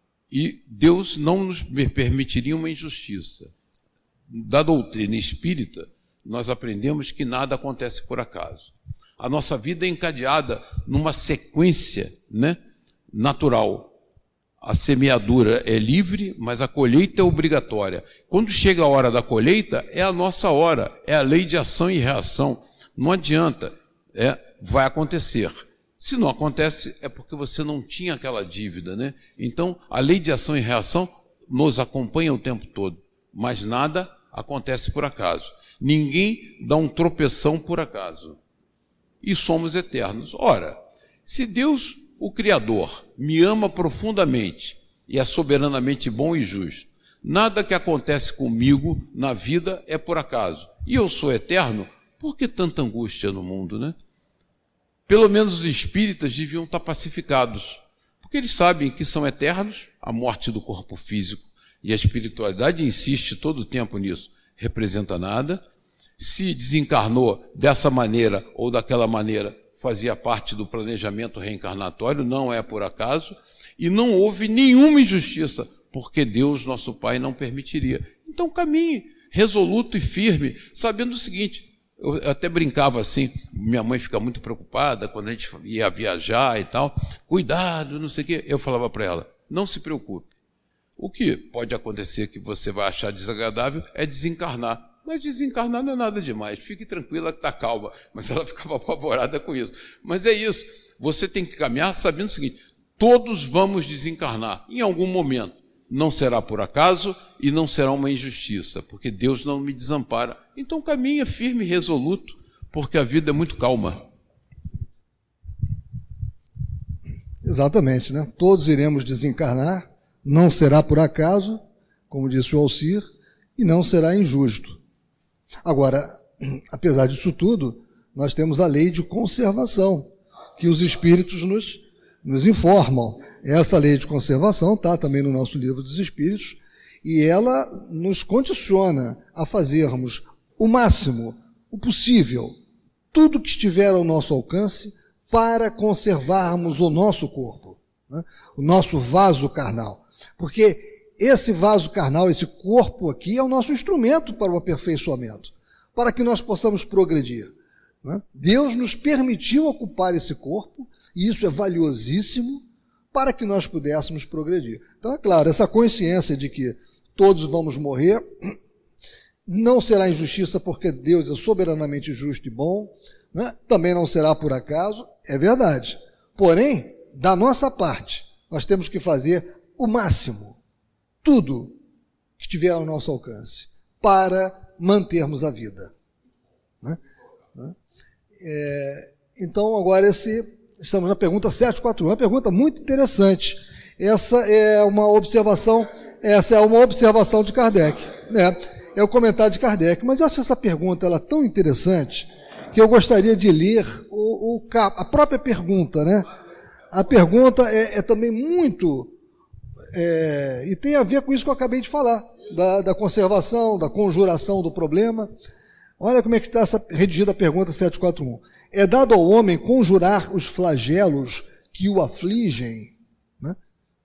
e Deus não nos permitiria uma injustiça. Da doutrina espírita, nós aprendemos que nada acontece por acaso. A nossa vida é encadeada numa sequência, né, natural. A semeadura é livre, mas a colheita é obrigatória. Quando chega a hora da colheita, é a nossa hora, é a lei de ação e reação. Não adianta, é, vai acontecer. Se não acontece, é porque você não tinha aquela dívida, né? Então, a lei de ação e reação nos acompanha o tempo todo, mas nada acontece por acaso. Ninguém dá um tropeção por acaso. E somos eternos. Ora, se Deus, o Criador, me ama profundamente e é soberanamente bom e justo, nada que acontece comigo na vida é por acaso, e eu sou eterno, por que tanta angústia no mundo, né? Pelo menos os espíritas deviam estar pacificados, porque eles sabem que são eternos, a morte do corpo físico, e a espiritualidade insiste todo o tempo nisso, representa nada. Se desencarnou dessa maneira ou daquela maneira, fazia parte do planejamento reencarnatório, não é por acaso, e não houve nenhuma injustiça, porque Deus, nosso Pai, não permitiria. Então caminhe resoluto e firme, sabendo o seguinte, eu até brincava assim, minha mãe fica muito preocupada quando a gente ia viajar e tal, cuidado, não sei o quê. Eu falava para ela, não se preocupe. O que pode acontecer que você vai achar desagradável é desencarnar. Mas desencarnar não é nada demais, fique tranquila que está calma. Mas ela ficava apavorada com isso. Mas é isso, você tem que caminhar sabendo o seguinte, todos vamos desencarnar em algum momento. Não será por acaso e não será uma injustiça, porque Deus não me desampara. Então caminha firme e resoluto, porque a vida é muito calma. Exatamente, né? Todos iremos desencarnar, não será por acaso, como disse o Alcir, e não será injusto. Agora, apesar disso tudo, nós temos a lei de conservação, que os espíritos nos, nos informam. Essa lei de conservação está também no nosso livro dos Espíritos, e ela nos condiciona a fazermos o máximo, o possível, tudo que estiver ao nosso alcance para conservarmos o nosso corpo, né? O nosso vaso carnal. Porque esse vaso carnal, esse corpo aqui, é o nosso instrumento para o aperfeiçoamento, para que nós possamos progredir, né? Deus nos permitiu ocupar esse corpo, e isso é valiosíssimo, para que nós pudéssemos progredir. Então, é claro, essa consciência de que todos vamos morrer, não será injustiça porque Deus é soberanamente justo e bom, né? Também não será por acaso, é verdade. Porém, da nossa parte, nós temos que fazer o máximo, tudo que estiver ao nosso alcance, para mantermos a vida. Né? É, então, agora, esse, estamos na pergunta sete quatro um, uma pergunta muito interessante. Essa é uma observação, essa é uma observação de Kardec, né? É o comentário de Kardec, mas eu acho essa pergunta ela tão interessante que eu gostaria de ler o, o, a própria pergunta, né? A pergunta é, é também muito... É, e tem a ver com isso que eu acabei de falar, da, da conservação, da conjuração do problema. Olha como é que está essa redigida pergunta sete quatro um. É dado ao homem conjurar os flagelos que o afligem? Né?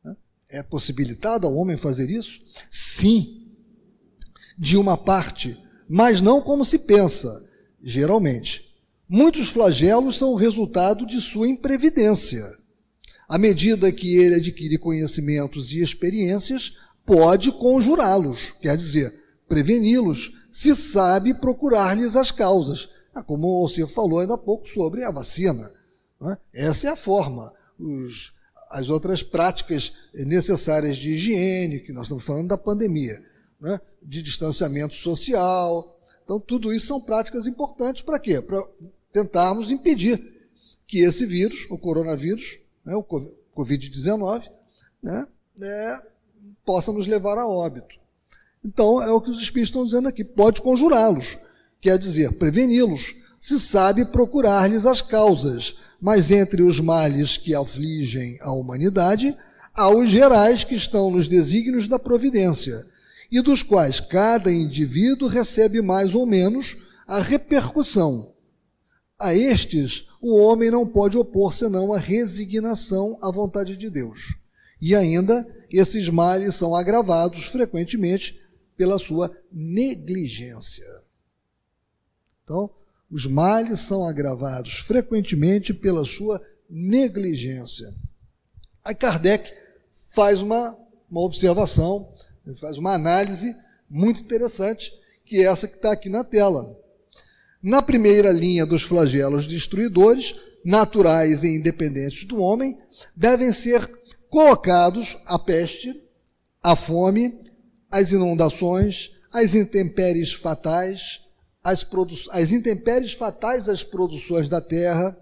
É possibilitado ao homem fazer isso? Sim, de uma parte, mas não como se pensa, geralmente. Muitos flagelos são resultado de sua imprevidência. À medida que ele adquire conhecimentos e experiências, pode conjurá-los, quer dizer, preveni-los, se sabe procurar-lhes as causas. Ah, como você falou ainda há pouco sobre a vacina. Né? Essa é a forma. Os, as outras práticas necessárias de higiene, que nós estamos falando da pandemia, né? De distanciamento social. Então, tudo isso são práticas importantes para quê? Para tentarmos impedir que esse vírus, o coronavírus, né, o covid dezenove, né, é, possa nos levar a óbito. Então, é o que os espíritos estão dizendo aqui, pode conjurá-los, quer dizer, preveni-los, se sabe procurar-lhes as causas, mas entre os males que afligem a humanidade, há os gerais que estão nos desígnios da providência, e dos quais cada indivíduo recebe mais ou menos a repercussão. A estes, o homem não pode opor senão a resignação à vontade de Deus. E ainda, esses males são agravados frequentemente pela sua negligência. Então, os males são agravados frequentemente pela sua negligência. Aí Kardec faz uma, uma observação, faz uma análise muito interessante, que é essa que está aqui na tela. Na primeira linha dos flagelos destruidores, naturais e independentes do homem, devem ser colocados a peste, a fome, as inundações, as intempéries fatais, as, produ- as intempéries fatais às produções da terra.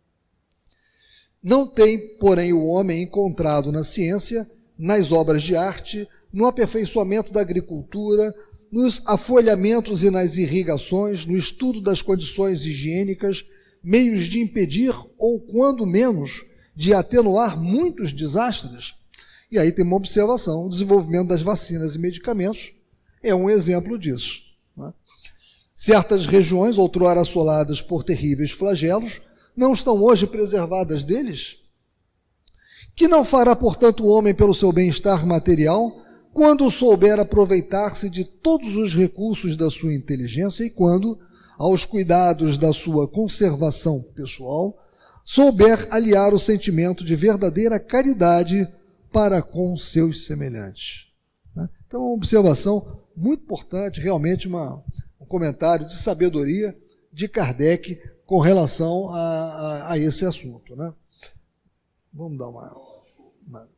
Não tem, porém, o homem encontrado na ciência, nas obras de arte, no aperfeiçoamento da agricultura, nos afolhamentos e nas irrigações, no estudo das condições higiênicas, meios de impedir ou, quando menos, de atenuar muitos desastres. E aí tem uma observação, o desenvolvimento das vacinas e medicamentos é um exemplo disso. Né? Certas regiões, outrora assoladas por terríveis flagelos, não estão hoje preservadas deles? Que não fará, portanto, o homem pelo seu bem-estar material, quando souber aproveitar-se de todos os recursos da sua inteligência e quando, aos cuidados da sua conservação pessoal, souber aliar o sentimento de verdadeira caridade para com seus semelhantes. Então, uma observação muito importante, realmente uma, um comentário de sabedoria de Kardec com relação a, a, a esse assunto. Né? Vamos dar uma... uma...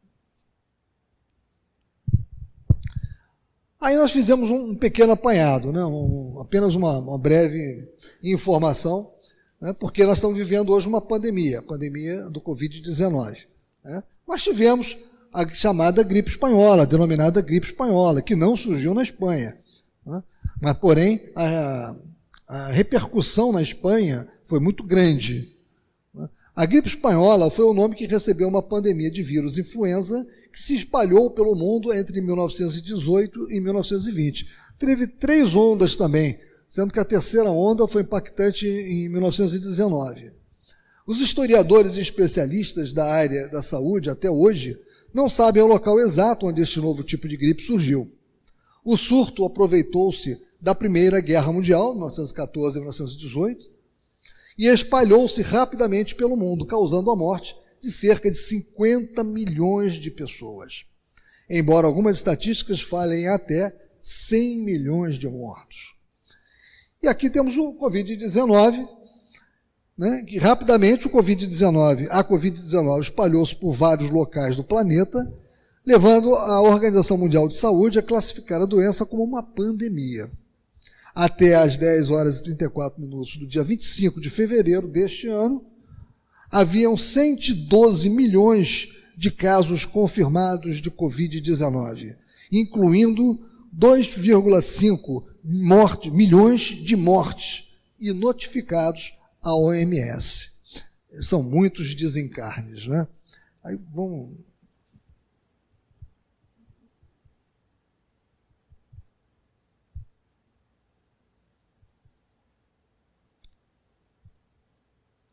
Aí nós fizemos um pequeno apanhado, né? um, apenas uma, uma breve informação, né? Porque nós estamos vivendo hoje uma pandemia, a pandemia do covid dezenove. Né? Mas tivemos a chamada gripe espanhola, a denominada gripe espanhola, que não surgiu na Espanha. Né? Mas, porém, a, a repercussão na Espanha foi muito grande. Né? A gripe espanhola foi o nome que recebeu uma pandemia de vírus influenza que se espalhou pelo mundo entre mil novecentos e dezoito e mil novecentos e vinte. Teve três ondas também, sendo que a terceira onda foi impactante em mil novecentos e dezenove. Os historiadores e especialistas da área da saúde, até hoje, não sabem o local exato onde este novo tipo de gripe surgiu. O surto aproveitou-se da Primeira Guerra Mundial, mil novecentos e quatorze a mil novecentos e dezoito, e espalhou-se rapidamente pelo mundo, causando a morte de cerca de cinquenta milhões de pessoas. Embora algumas estatísticas falem até cem milhões de mortos. E aqui temos o covid dezenove, né, que rapidamente o covid dezenove, a covid dezenove espalhou-se por vários locais do planeta, levando a Organização Mundial de Saúde a classificar a doença como uma pandemia. Até às dez horas e trinta e quatro minutos do dia vinte e cinco de fevereiro deste ano, haviam cento e doze milhões de casos confirmados de covid dezenove, incluindo dois vírgula cinco milhões de mortes e notificados à O M S. São muitos desencarnes, né? Aí vamos...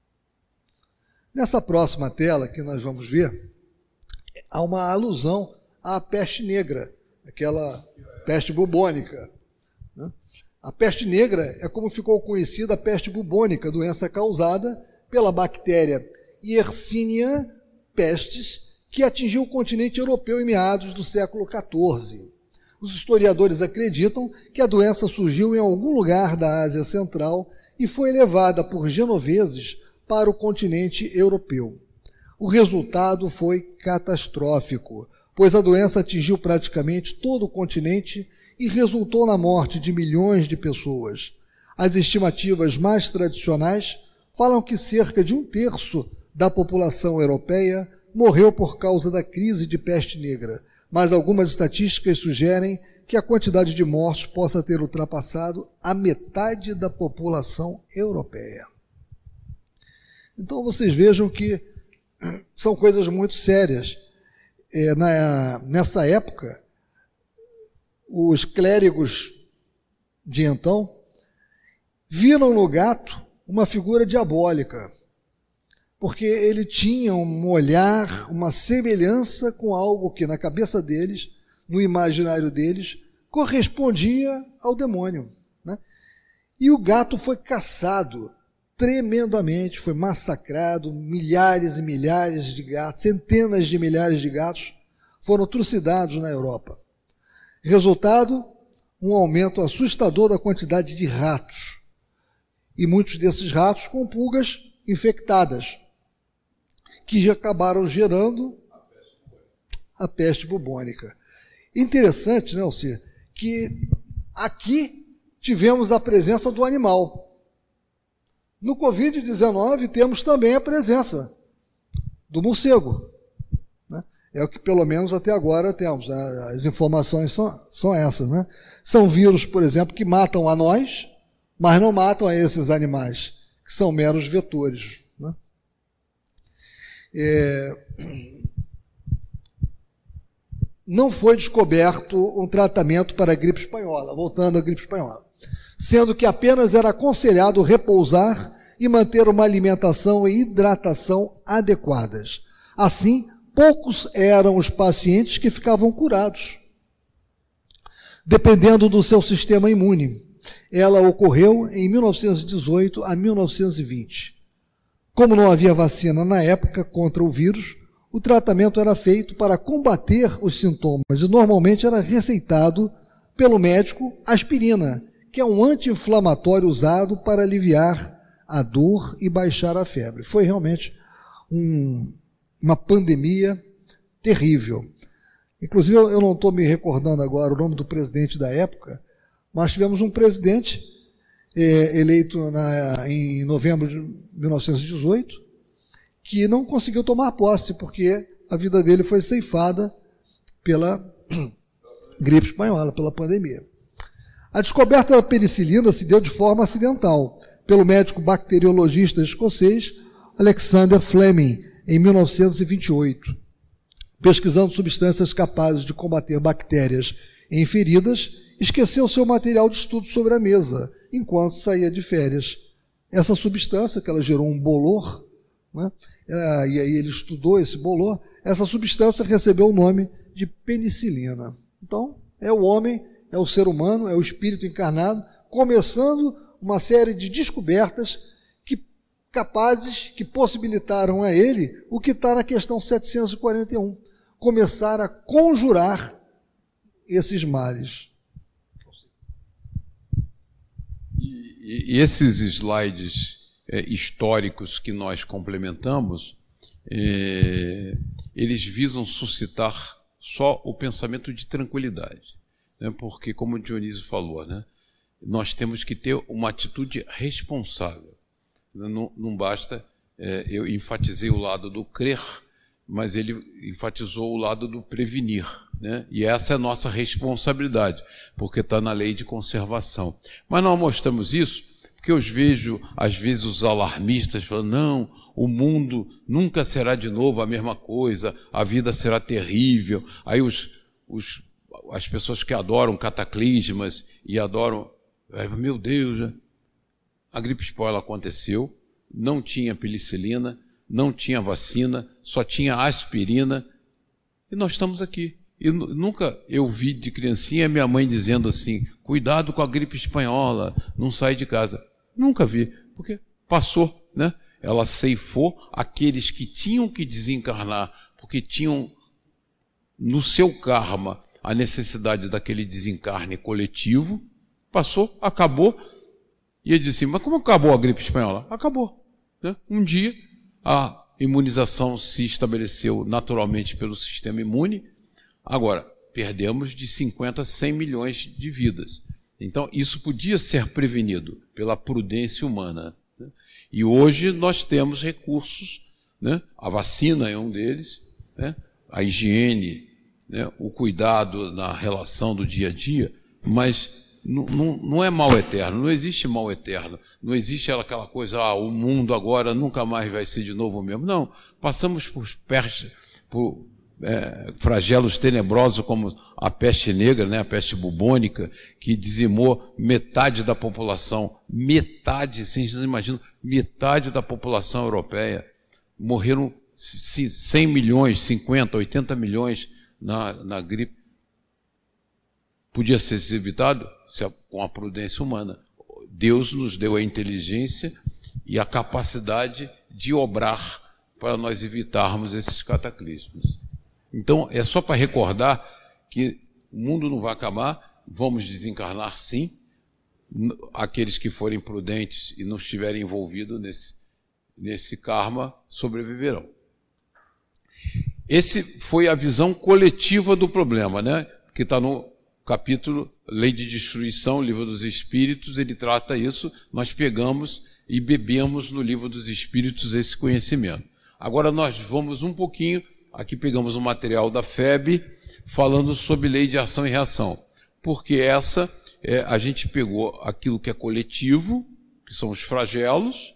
Nessa próxima tela que nós vamos ver, há uma alusão à peste negra, aquela peste bubônica. Né? A peste negra é como ficou conhecida a peste bubônica, doença causada pela bactéria Yersinia pestis, que atingiu o continente europeu em meados do século quatorze. Os historiadores acreditam que a doença surgiu em algum lugar da Ásia Central e foi levada por genoveses para o continente europeu. O resultado foi catastrófico, pois a doença atingiu praticamente todo o continente e resultou na morte de milhões de pessoas. As estimativas mais tradicionais falam que cerca de um terço da população europeia morreu por causa da crise de peste negra, mas algumas estatísticas sugerem que a quantidade de mortos possa ter ultrapassado a metade da população europeia. Então vocês vejam que são coisas muito sérias. É, na, nessa época, os clérigos de então viram no gato uma figura diabólica, porque ele tinha um olhar, uma semelhança com algo que na cabeça deles, no imaginário deles, correspondia ao demônio. Né? E o gato foi caçado tremendamente, foi massacrado, milhares e milhares de gatos, centenas de milhares de gatos foram trucidados na Europa. Resultado, um aumento assustador da quantidade de ratos. E muitos desses ratos com pulgas infectadas, que já acabaram gerando a peste bubônica. Interessante, né, Alcir, que aqui tivemos a presença do animal. No covid dezenove temos também a presença do morcego. Né? É o que pelo menos até agora temos. As informações são, são essas. Né? São vírus, por exemplo, que matam a nós, mas não matam a esses animais, que são meros vetores. Né? É... Não foi descoberto um tratamento para a gripe espanhola, voltando à gripe espanhola, sendo que apenas era aconselhado repousar e manter uma alimentação e hidratação adequadas. Assim, poucos eram os pacientes que ficavam curados, dependendo do seu sistema imune. Ela ocorreu em mil novecentos e dezoito a mil novecentos e vinte. Como não havia vacina na época contra o vírus, o tratamento era feito para combater os sintomas e normalmente era receitado pelo médico aspirina, que é um anti-inflamatório usado para aliviar a dor e baixar a febre. Foi realmente um, uma pandemia terrível. Inclusive, eu não estou me recordando agora o nome do presidente da época, mas tivemos um presidente é, eleito na, em novembro de mil novecentos e dezoito, que não conseguiu tomar posse, porque a vida dele foi ceifada pela gripe espanhola, pela pandemia. A descoberta da penicilina se deu de forma acidental pelo médico bacteriologista escocês Alexander Fleming, em mil novecentos e vinte e oito. Pesquisando substâncias capazes de combater bactérias em feridas, esqueceu seu material de estudo sobre a mesa, enquanto saía de férias. Essa substância, que ela gerou um bolor, né? E aí ele estudou esse bolor, essa substância recebeu o nome de penicilina. Então, é o homem, é o ser humano, é o espírito encarnado, começando uma série de descobertas que, capazes, que possibilitaram a ele o que está na questão setecentos e quarenta e um, começar a conjurar esses males. E, e esses slides é, históricos que nós complementamos, é, eles visam suscitar só o pensamento de tranquilidade, né? Porque, como o Dionísio falou, né, nós temos que ter uma atitude responsável. Não, não basta, é, eu enfatizei o lado do crer, mas ele enfatizou o lado do prevenir, né? E essa é a nossa responsabilidade, porque está na lei de conservação. Mas nós mostramos isso porque eu vejo, às vezes, os alarmistas falando, não, o mundo nunca será de novo a mesma coisa, a vida será terrível. Aí os, os, as pessoas que adoram cataclismas e adoram, meu Deus, a gripe espanhola aconteceu, não tinha penicilina, não tinha vacina, só tinha aspirina, e nós estamos aqui. E nunca eu vi de criancinha minha mãe dizendo assim, cuidado com a gripe espanhola, não sai de casa. Nunca vi, porque passou, né? Ela ceifou aqueles que tinham que desencarnar, porque tinham no seu karma a necessidade daquele desencarne coletivo, passou, acabou, e ele disse, mas como acabou a gripe espanhola? Acabou. Né? Um dia a imunização se estabeleceu naturalmente pelo sistema imune. Agora, perdemos de cinquenta a cem milhões de vidas. Então, isso podia ser prevenido pela prudência humana. Né? E hoje nós temos recursos, né? A vacina é um deles, né? A higiene, né? O cuidado na relação do dia a dia, mas não, não, não é mal eterno, não existe mal eterno, não existe aquela coisa, ah, o mundo agora nunca mais vai ser de novo o mesmo. Não, passamos por peste, por é, flagelos tenebrosos como a peste negra, né, a peste bubônica, que dizimou metade da população, metade, vocês imaginam, metade da população europeia. Morreram cem milhões, cinquenta, oitenta milhões na, na gripe. Podia ser evitado com a prudência humana. Deus nos deu a inteligência e a capacidade de obrar para nós evitarmos esses cataclismos. Então, é só para recordar que o mundo não vai acabar, vamos desencarnar sim, aqueles que forem prudentes e não estiverem envolvidos nesse, nesse karma sobreviverão. Esse foi a visão coletiva do problema, né? Que está no capítulo Lei de Destruição, Livro dos Espíritos, ele trata isso, nós pegamos e bebemos no Livro dos Espíritos esse conhecimento. Agora nós vamos um pouquinho, aqui pegamos o material da F E B, falando sobre Lei de Ação e Reação, porque essa, é, a gente pegou aquilo que é coletivo, que são os flagelos,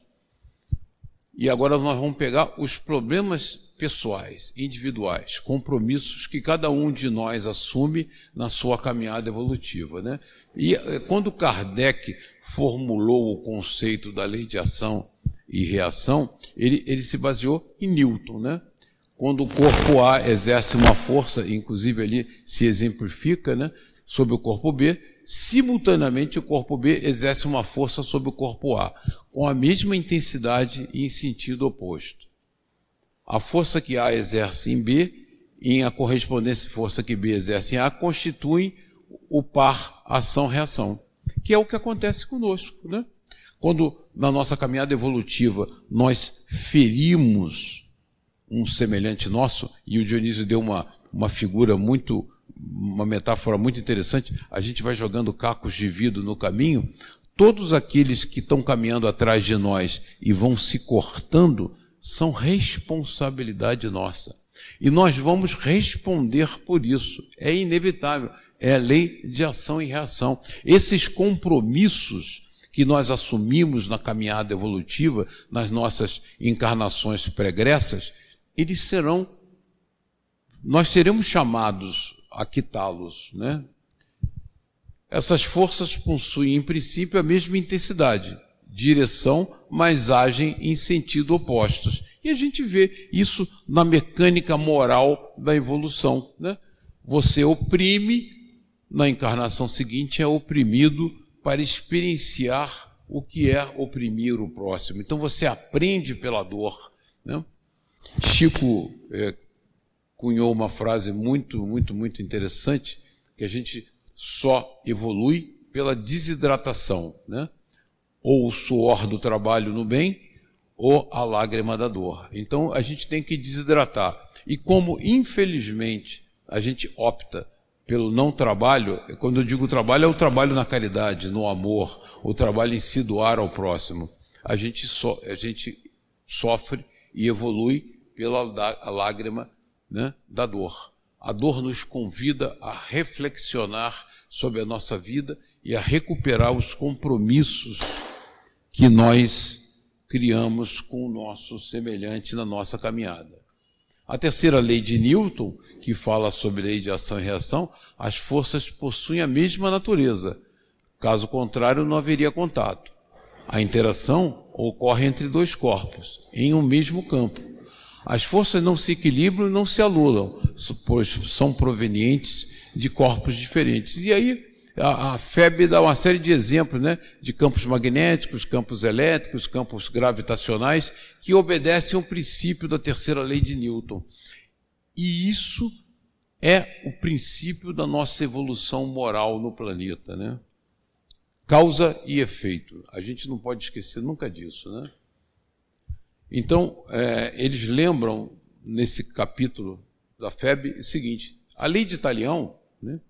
e agora nós vamos pegar os problemas pessoais, individuais, compromissos que cada um de nós assume na sua caminhada evolutiva, né? E quando Kardec formulou o conceito da lei de ação e reação, ele, ele se baseou em Newton, né? Quando o corpo A exerce uma força, inclusive ali se exemplifica, né, sobre o corpo B, simultaneamente o corpo B exerce uma força sobre o corpo A, com a mesma intensidade e em sentido oposto. A força que A exerce em B, em a correspondência força que B exerce em A, constituem o par ação-reação, que é o que acontece conosco, né? Quando, na nossa caminhada evolutiva, nós ferimos um semelhante nosso, e o Dionísio deu uma, uma figura muito, uma metáfora muito interessante, a gente vai jogando cacos de vidro no caminho, todos aqueles que estão caminhando atrás de nós e vão se cortando, são responsabilidade nossa. E nós vamos responder por isso. É inevitável. É a lei de ação e reação. Esses compromissos que nós assumimos na caminhada evolutiva, nas nossas encarnações pregressas, eles serão, nós seremos chamados a quitá-los, né? Essas forças possuem, em princípio, a mesma intensidade, direção, mas agem em sentido opostos. E a gente vê isso na mecânica moral da evolução, né? Você oprime, na encarnação seguinte é oprimido para experienciar o que é oprimir o próximo. Então você aprende pela dor, né? Chico é, cunhou uma frase muito, muito, muito interessante, que a gente só evolui pela desidratação, né? Ou o suor do trabalho no bem, ou a lágrima da dor. Então, a gente tem que desidratar. E como, infelizmente, a gente opta pelo não trabalho, quando eu digo trabalho, é o trabalho na caridade, no amor, o trabalho em se doar ao próximo. A gente, so, a gente sofre e evolui pela lágrima, né, da dor. A dor nos convida a reflexionar sobre a nossa vida e a recuperar os compromissos que nós criamos com o nosso semelhante na nossa caminhada. A terceira lei de Newton, que fala sobre lei de ação e reação, as forças possuem a mesma natureza. Caso contrário, não haveria contato. A interação ocorre entre dois corpos, em um mesmo campo. As forças não se equilibram e não se anulam, pois são provenientes de corpos diferentes. E aí a, a F E B dá uma série de exemplos, né, de campos magnéticos, campos elétricos, campos gravitacionais, que obedecem ao princípio da terceira lei de Newton. E isso é o princípio da nossa evolução moral no planeta, né? Causa e efeito. A gente não pode esquecer nunca disso, né? Então, é, eles lembram, nesse capítulo da F E B, o seguinte: a lei de Talião, né,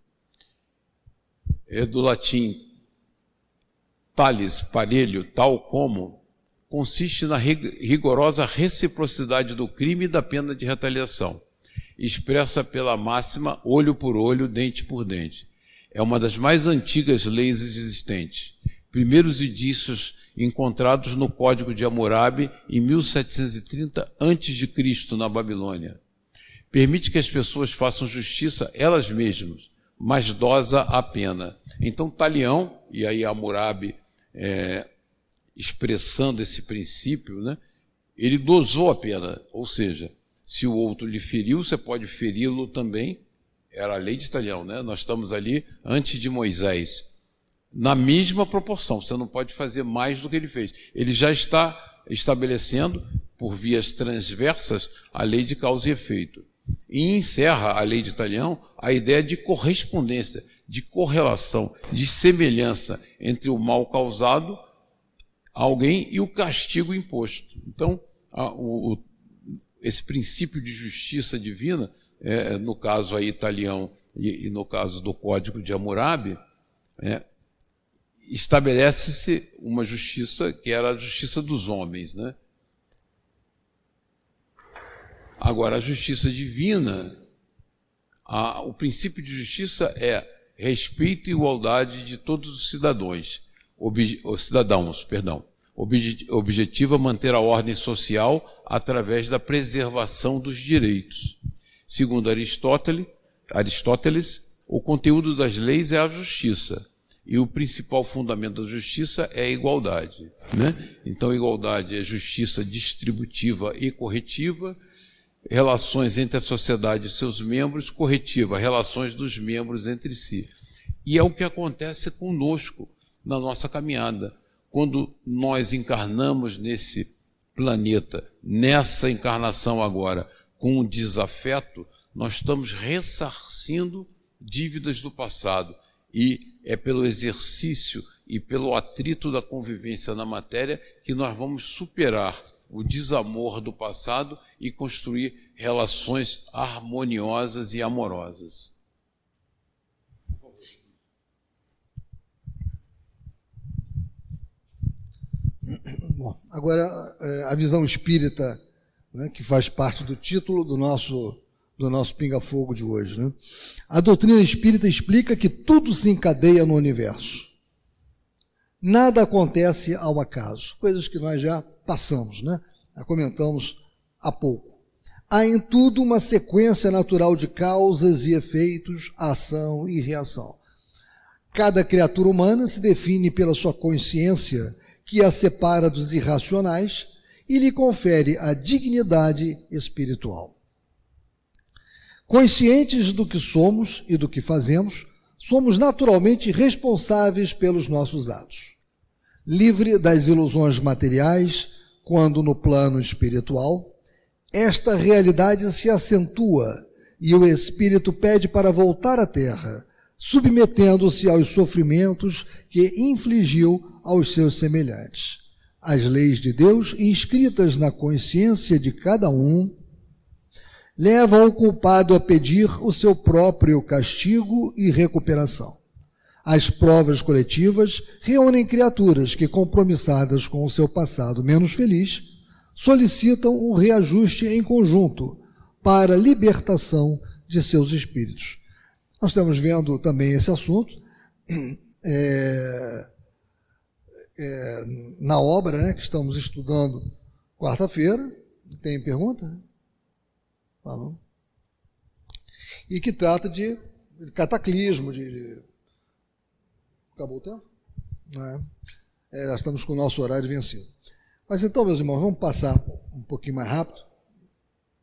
é do latim tales, parelho, tal como, consiste na rigorosa reciprocidade do crime e da pena de retaliação, expressa pela máxima olho por olho, dente por dente. É uma das mais antigas leis existentes. Primeiros indícios encontrados no Código de Hammurabi em mil setecentos e trinta antes de Cristo na Babilônia. Permite que as pessoas façam justiça elas mesmas, mas dosa a pena. Então, Talião, e aí Hammurabi, é, expressando esse princípio, né, ele dosou a pena, ou seja, se o outro lhe feriu, você pode feri-lo também. Era a lei de Talião, né? Nós estamos ali antes de Moisés. Na mesma proporção, você não pode fazer mais do que ele fez. Ele já está estabelecendo, por vias transversas, a lei de causa e efeito. E encerra a lei de Talião a ideia de correspondência, de correlação, de semelhança entre o mal causado a alguém e o castigo imposto. Então, a, o, o, esse princípio de justiça divina, é, no caso aí Talião e, e no caso do Código de Hammurabi, é, estabelece-se uma justiça que era a justiça dos homens, né? Agora, a justiça divina, a, o princípio de justiça é respeito e igualdade de todos os cidadãos, ob, os cidadãos, perdão. Obje, objetiva manter a ordem social através da preservação dos direitos. Segundo Aristóteles, Aristóteles, o conteúdo das leis é a justiça. E o principal fundamento da justiça é a igualdade, né? Então, igualdade é justiça distributiva e corretiva, relações entre a sociedade e seus membros, corretiva, relações dos membros entre si. E é o que acontece conosco na nossa caminhada. Quando nós encarnamos nesse planeta, nessa encarnação agora, com o desafeto, nós estamos ressarcindo dívidas do passado. E é pelo exercício e pelo atrito da convivência na matéria que nós vamos superar o desamor do passado e construir relações harmoniosas e amorosas. Bom, agora a visão espírita, né, que faz parte do título do nosso, do nosso Pinga-Fogo de hoje, né? A doutrina espírita explica que tudo se encadeia no universo. Nada acontece ao acaso, coisas que nós já passamos, né? Já comentamos há pouco. Há em tudo uma sequência natural de causas e efeitos, ação e reação. Cada criatura humana se define pela sua consciência, que a separa dos irracionais e lhe confere a dignidade espiritual. Conscientes do que somos e do que fazemos, somos naturalmente responsáveis pelos nossos atos. Livre das ilusões materiais, quando no plano espiritual, esta realidade se acentua e o espírito pede para voltar à terra, submetendo-se aos sofrimentos que infligiu aos seus semelhantes. As leis de Deus, inscritas na consciência de cada um, levam o culpado a pedir o seu próprio castigo e recuperação. As provas coletivas reúnem criaturas que, compromissadas com o seu passado menos feliz, solicitam um reajuste em conjunto para a libertação de seus espíritos. Nós estamos vendo também esse assunto é, é, na obra, né, que estamos estudando quarta-feira. Tem pergunta? Falou. E que trata de cataclismo, de... Acabou o tempo? Não. É, nós estamos com o nosso horário vencido. Mas então, meus irmãos, vamos passar um pouquinho mais rápido.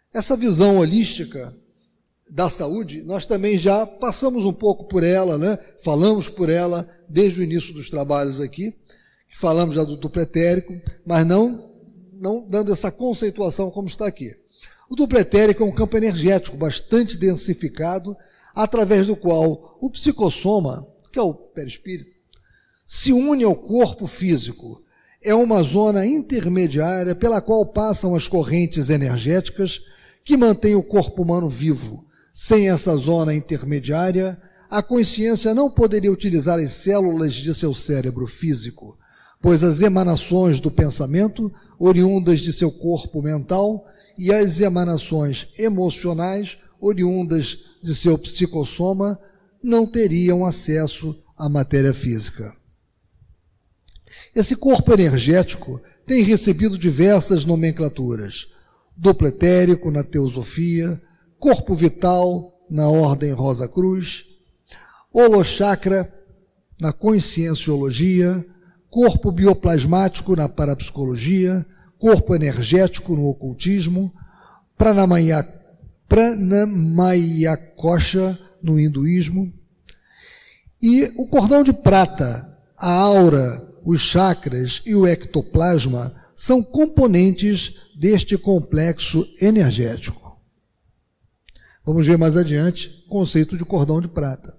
Essa visão holística da saúde, nós também já passamos um pouco por ela, né? Falamos por ela desde o início dos trabalhos aqui, falamos já do duplo etérico, mas não, não dando essa conceituação como está aqui. O duplo etérico é um campo energético bastante densificado, através do qual o psicossoma, que é o perispírito, se une ao corpo físico. É uma zona intermediária pela qual passam as correntes energéticas que mantêm o corpo humano vivo. Sem essa zona intermediária, a consciência não poderia utilizar as células de seu cérebro físico, pois as emanações do pensamento, oriundas de seu corpo mental, e as emanações emocionais, oriundas de seu psicossoma, não teriam acesso à matéria física. Esse corpo energético tem recebido diversas nomenclaturas: duplo etérico na teosofia, corpo vital na ordem Rosa Cruz, holochakra na conscienciologia, corpo bioplasmático na parapsicologia, corpo energético no ocultismo, pranamaya, pranamaya kosha no hinduísmo, e o cordão de prata, a aura, os chakras e o ectoplasma são componentes deste complexo energético. Vamos ver mais adiante o conceito de cordão de prata.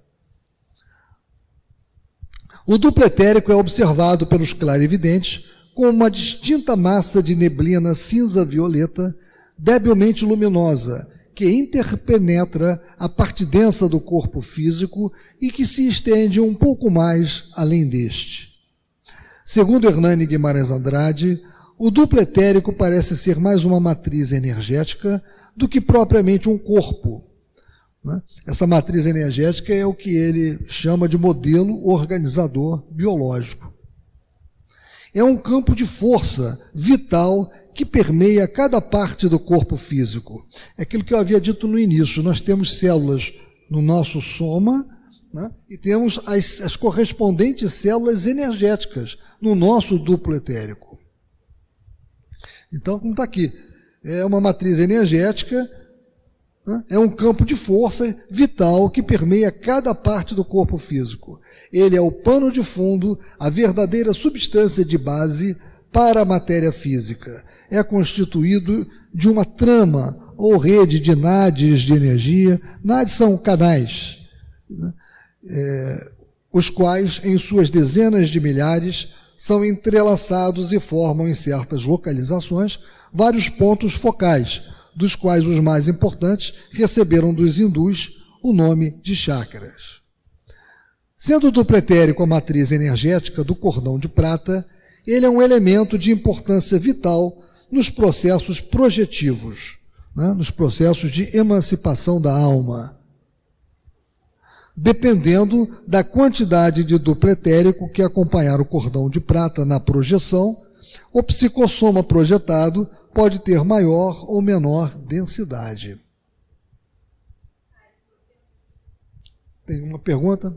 O duplo etérico é observado pelos clarividentes com uma distinta massa de neblina cinza-violeta, debilmente luminosa, que interpenetra a parte densa do corpo físico e que se estende um pouco mais além deste. Segundo Hernani Guimarães Andrade, o duplo etérico parece ser mais uma matriz energética do que propriamente um corpo. Essa matriz energética é o que ele chama de modelo organizador biológico. É um campo de força vital que permeia cada parte do corpo físico. É aquilo que eu havia dito no início: nós temos células no nosso soma, né, e temos as, as correspondentes células energéticas no nosso duplo etérico. Então, como está aqui, é uma matriz energética, né, é um campo de força vital que permeia cada parte do corpo físico. Ele é o pano de fundo, a verdadeira substância de base para a matéria física. É constituído de uma trama ou rede de nades de energia. Nades são canais, né, é, os quais, em suas dezenas de milhares, são entrelaçados e formam, em certas localizações, vários pontos focais, dos quais os mais importantes receberam dos hindus o nome de chakras. Sendo o duplo etérico a matriz energética do cordão de prata, ele é um elemento de importância vital nos processos projetivos, né, nos processos de emancipação da alma. Dependendo da quantidade de duplo etérico que acompanhar o cordão de prata na projeção, o psicossoma projetado pode ter maior ou menor densidade. Tem uma pergunta?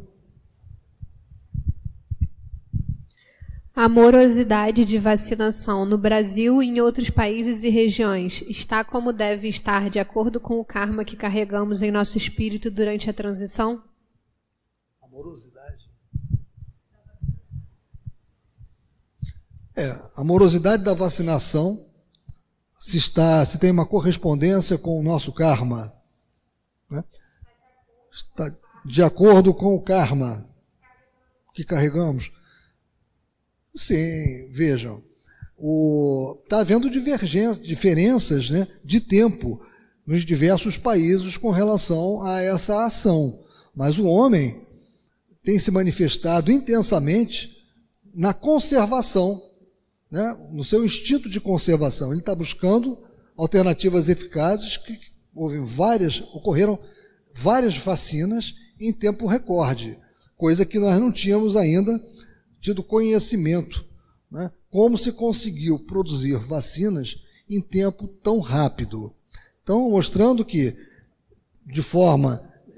A morosidade de vacinação no Brasil e em outros países e regiões está como deve estar de acordo com o karma que carregamos em nosso espírito durante a transição? A morosidade? É, a morosidade da vacinação, se, está, se tem uma correspondência com o nosso karma, né? Está de acordo com o karma que carregamos. Sim, vejam, está havendo divergências, diferenças, né, de tempo nos diversos países com relação a essa ação. Mas o homem tem se manifestado intensamente na conservação, né, no seu instinto de conservação. Ele está buscando alternativas eficazes, que houve várias, ocorreram várias vacinas em tempo recorde, coisa que nós não tínhamos ainda tido conhecimento, né, como se conseguiu produzir vacinas em tempo tão rápido. Então, mostrando que, de forma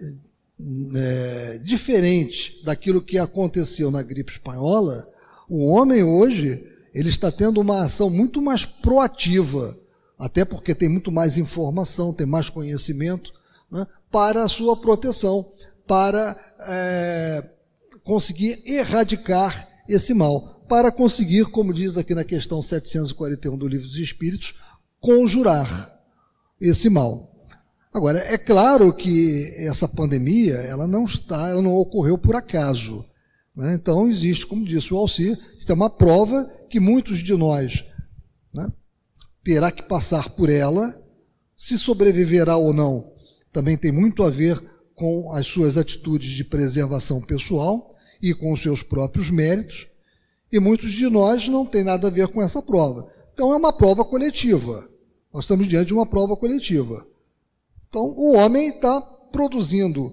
é, diferente daquilo que aconteceu na gripe espanhola, o homem hoje ele está tendo uma ação muito mais proativa até porque tem muito mais informação, tem mais conhecimento, né, para a sua proteção, para é, conseguir erradicar esse mal, para conseguir, como diz aqui na questão setecentos e quarenta e um do Livro dos Espíritos, conjurar esse mal. Agora, é claro que essa pandemia, ela não está, ela não ocorreu por acaso, né? Então, existe, como disse o Alcir, isso é uma prova que muitos de nós, né, terá que passar por ela. Se sobreviverá ou não, também tem muito a ver com as suas atitudes de preservação pessoal e com os seus próprios méritos, e muitos de nós não tem nada a ver com essa prova. Então, é uma prova coletiva. Nós estamos diante de uma prova coletiva. Então, o homem está produzindo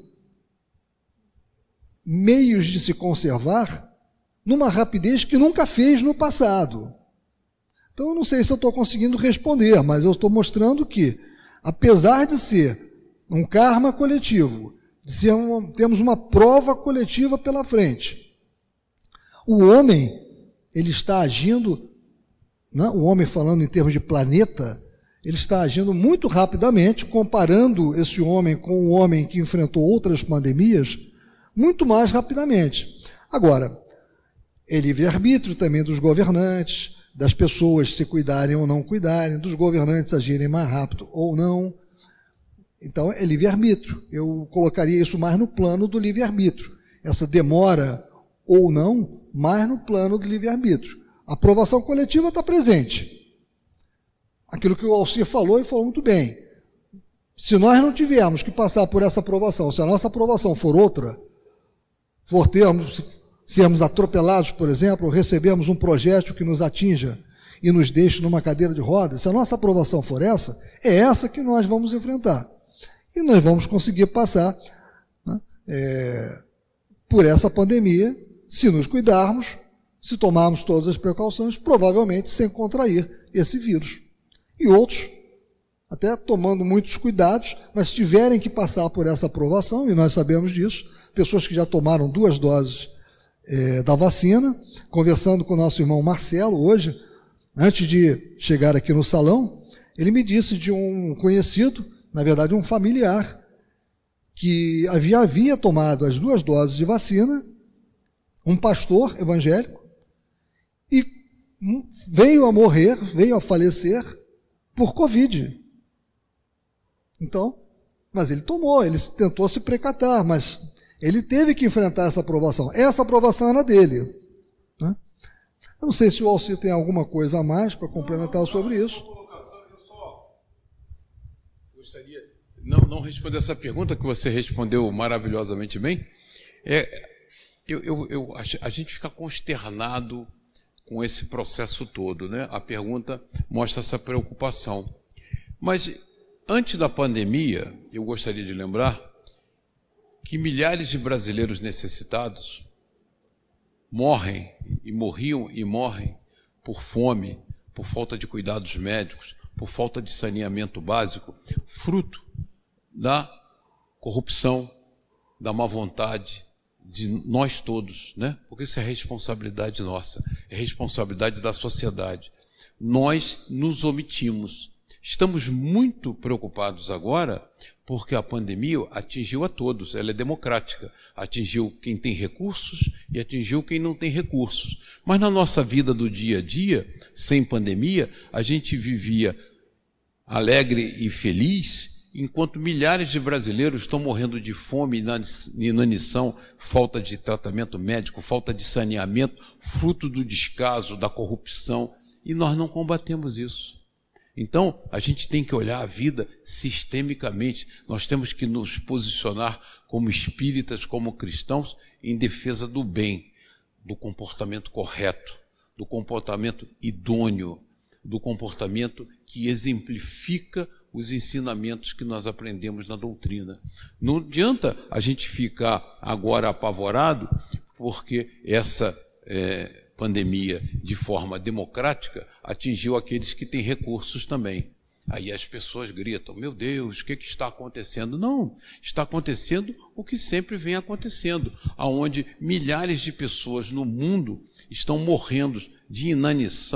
meios de se conservar numa rapidez que nunca fez no passado. Então, eu não sei se eu estou conseguindo responder, mas eu estou mostrando que, apesar de ser um karma coletivo, de ser uma, temos uma prova coletiva pela frente, o homem, ele está agindo, né, o homem falando em termos de planeta, ele está agindo muito rapidamente, comparando esse homem com o homem que enfrentou outras pandemias, muito mais rapidamente. Agora, é livre-arbítrio também dos governantes, das pessoas se cuidarem ou não cuidarem, dos governantes agirem mais rápido ou não. Então, é livre-arbítrio. Eu colocaria isso mais no plano do livre-arbítrio. Essa demora ou não, mais no plano do livre-arbítrio. A aprovação coletiva está presente. Aquilo que o Alcir falou, e falou muito bem. Se nós não tivermos que passar por essa aprovação, se a nossa aprovação for outra, for termos, sermos atropelados, por exemplo, ou recebermos um projétil que nos atinja e nos deixe numa cadeira de rodas, se a nossa aprovação for essa, é essa que nós vamos enfrentar. E nós vamos conseguir passar, né, é, por essa pandemia, se nos cuidarmos, se tomarmos todas as precauções, provavelmente sem contrair esse vírus. E outros, até tomando muitos cuidados, mas tiverem que passar por essa aprovação, e nós sabemos disso, pessoas que já tomaram duas doses é, da vacina, conversando com o nosso irmão Marcelo hoje, antes de chegar aqui no salão, ele me disse de um conhecido, na verdade um familiar, que havia, havia tomado as duas doses de vacina, um pastor evangélico, e veio a morrer, veio a falecer por Covid. Então, mas ele tomou, ele tentou se precatar, mas ele teve que enfrentar essa aprovação. Essa aprovação era dele, né? Eu não sei se o Alcir tem alguma coisa a mais para complementar sobre isso. Uma colocação, eu só gostaria não, não responder essa pergunta que você respondeu maravilhosamente bem. É, eu, eu, eu, a gente fica consternado com esse processo todo, né? A pergunta mostra essa preocupação. Mas, antes da pandemia, eu gostaria de lembrar que milhares de brasileiros necessitados morrem, e morriam e morrem por fome, por falta de cuidados médicos, por falta de saneamento básico, fruto da corrupção, da má vontade, de nós todos, né? Porque isso é responsabilidade nossa, é responsabilidade da sociedade. Nós nos omitimos. Estamos muito preocupados agora porque a pandemia atingiu a todos, ela é democrática, atingiu quem tem recursos e atingiu quem não tem recursos. Mas na nossa vida do dia a dia, sem pandemia, a gente vivia alegre e feliz, enquanto milhares de brasileiros estão morrendo de fome, inanição, falta de tratamento médico, falta de saneamento, fruto do descaso, da corrupção, e nós não combatemos isso. Então, a gente tem que olhar a vida sistemicamente, nós temos que nos posicionar como espíritas, como cristãos, em defesa do bem, do comportamento correto, do comportamento idôneo, do comportamento que exemplifica os ensinamentos que nós aprendemos na doutrina. Não adianta a gente ficar agora apavorado, porque essa é, pandemia, de forma democrática, atingiu aqueles que têm recursos também. Aí as pessoas gritam, meu Deus, o que, que está acontecendo? Não, está acontecendo o que sempre vem acontecendo, onde milhares de pessoas no mundo estão morrendo de inanição,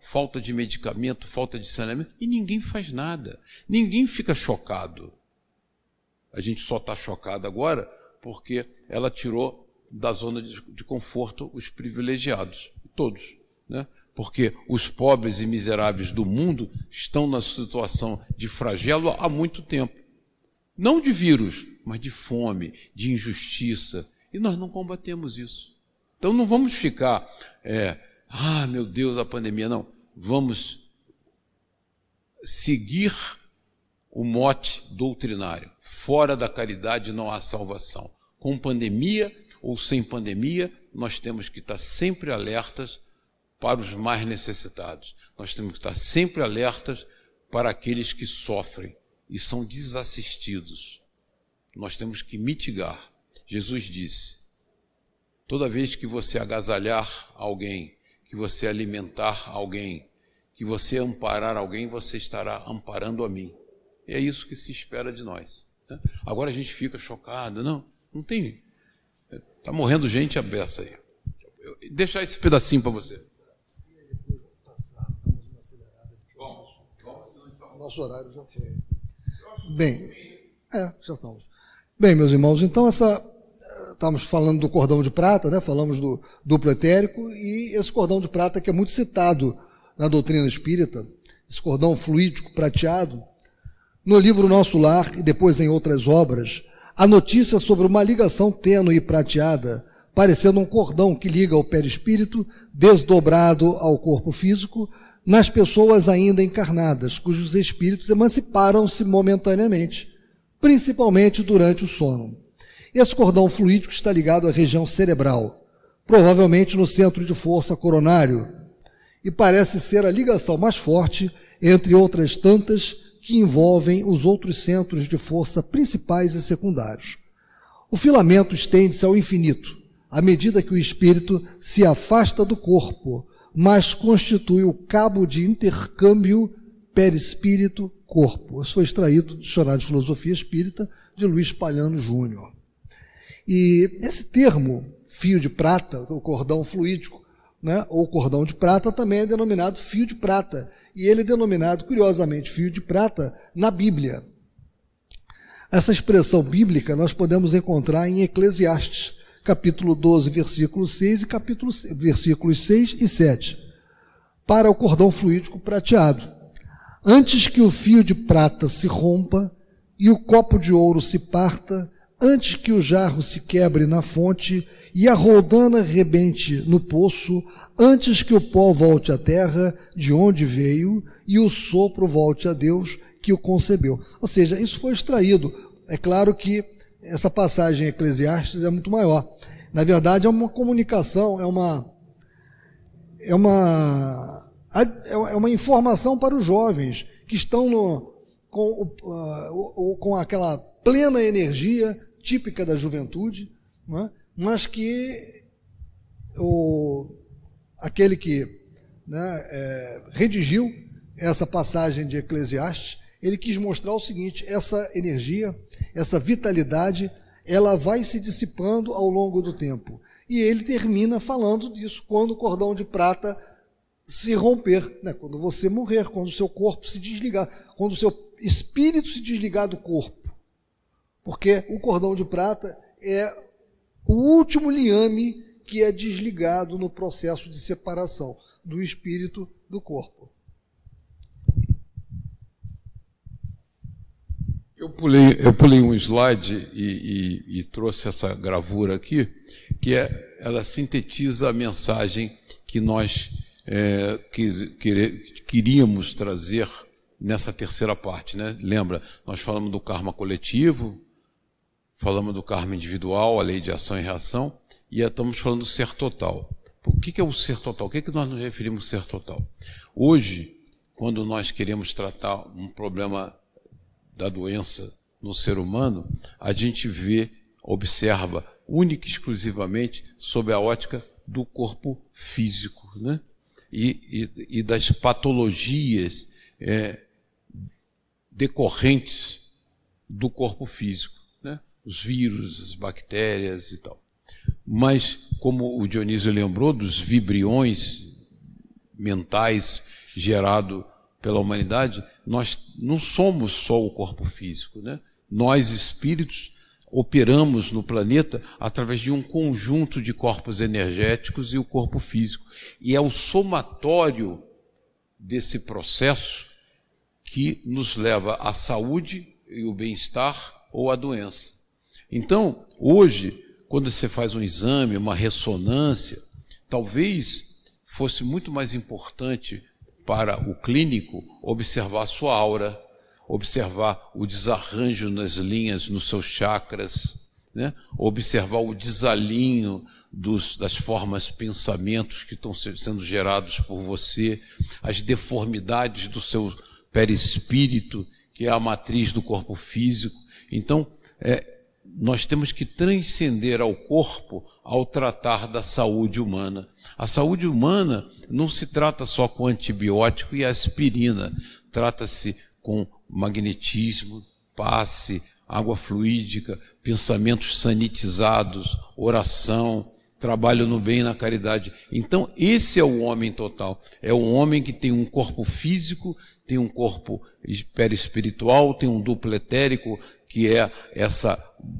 falta de medicamento, falta de saneamento, e ninguém faz nada. Ninguém fica chocado. A gente só está chocado agora porque ela tirou da zona de, de conforto os privilegiados, todos, né? Porque os pobres e miseráveis do mundo estão na situação de flagelo há muito tempo. Não de vírus, mas de fome, de injustiça. E nós não combatemos isso. Então não vamos ficar, é, ah, meu Deus, a pandemia. Não, vamos seguir o mote doutrinário. Fora da caridade não há salvação. Com pandemia ou sem pandemia, nós temos que estar sempre alertas para os mais necessitados. Nós temos que estar sempre alertas para aqueles que sofrem e são desassistidos. Nós temos que mitigar. Jesus disse, toda vez que você agasalhar alguém, que você alimentar alguém, que você amparar alguém, você estará amparando a mim. E é isso que se espera de nós, né? Agora a gente fica chocado. Não, não tem. Está morrendo gente à beça aí. Eu, deixar esse pedacinho para você. Nosso horário já foi. Bem, é, já estamos. Bem, meus irmãos, então essa estamos falando do cordão de prata, né? Falamos do duplo etérico, e esse cordão de prata que é muito citado na doutrina espírita, esse cordão fluídico prateado, no livro Nosso Lar e depois em outras obras, a notícia sobre uma ligação tênue e prateada, parecendo um cordão que liga o perispírito, desdobrado ao corpo físico, nas pessoas ainda encarnadas, cujos espíritos emanciparam-se momentaneamente, principalmente durante o sono. Esse cordão fluídico está ligado à região cerebral, provavelmente no centro de força coronário, e parece ser a ligação mais forte entre outras tantas que envolvem os outros centros de força principais e secundários. O filamento estende-se ao infinito, à medida que o espírito se afasta do corpo, mas constitui o cabo de intercâmbio perispírito-corpo. Isso foi extraído do Dicionário de Filosofia Espírita de Luiz Palhano Júnior. E esse termo, fio de prata, o cordão fluídico, né, ou cordão de prata, também é denominado fio de prata. E ele é denominado, curiosamente, fio de prata na Bíblia. Essa expressão bíblica nós podemos encontrar em Eclesiastes, capítulo doze, versículo seis, e capítulo, versículos seis e sete, para o cordão fluídico prateado. Antes que o fio de prata se rompa e o copo de ouro se parta, antes que o jarro se quebre na fonte e a roldana rebente no poço, antes que o pó volte à terra de onde veio e o sopro volte a Deus que o concebeu. Ou seja, isso foi extraído. É claro que essa passagem em Eclesiastes é muito maior. Na verdade, é uma comunicação, é uma, é uma, é uma informação para os jovens que estão no, com, uh, com aquela plena energia típica da juventude, não é? Mas que o, aquele que, né, é, redigiu essa passagem de Eclesiastes, ele quis mostrar o seguinte: essa energia, essa vitalidade, ela vai se dissipando ao longo do tempo. E ele termina falando disso quando o cordão de prata se romper, né? Quando você morrer, quando o seu corpo se desligar, quando o seu espírito se desligar do corpo. Porque o cordão de prata é o último liame que é desligado no processo de separação do espírito do corpo. Eu pulei, eu pulei um slide e, e, e trouxe essa gravura aqui, que é, ela sintetiza a mensagem que nós é, que, que, queríamos trazer nessa terceira parte, né? Lembra, nós falamos do karma coletivo, falamos do karma individual, a lei de ação e reação, e estamos falando do ser total. O que é o ser total? O que é que nós nos referimos ao ser total? Hoje, quando nós queremos tratar um problema da doença no ser humano, a gente vê, observa única e exclusivamente sob a ótica do corpo físico, né? e, e, e das patologias é, decorrentes do corpo físico, né? Os vírus, as bactérias e tal. Mas, como o Dionísio lembrou, dos vibriões mentais gerado pela humanidade, nós não somos só o corpo físico, né? Nós, espíritos, operamos no planeta através de um conjunto de corpos energéticos e o corpo físico. E é o somatório desse processo que nos leva à saúde e o bem-estar ou à doença. Então, hoje, quando você faz um exame, uma ressonância, talvez fosse muito mais importante para o clínico observar a sua aura, observar o desarranjo nas linhas, nos seus chakras, né? Observar o desalinho dos, das formas pensamentos que estão sendo gerados por você, as deformidades do seu perispírito, que é a matriz do corpo físico. Então, é, nós temos que transcender ao corpo ao tratar da saúde humana. A saúde humana não se trata só com antibiótico e aspirina, trata-se com magnetismo, passe, água fluídica, pensamentos sanitizados, oração, trabalho no bem e na caridade. Então, esse é o homem total. É um homem que tem um corpo físico, tem um corpo perispiritual, tem um duplo etérico, que é essa,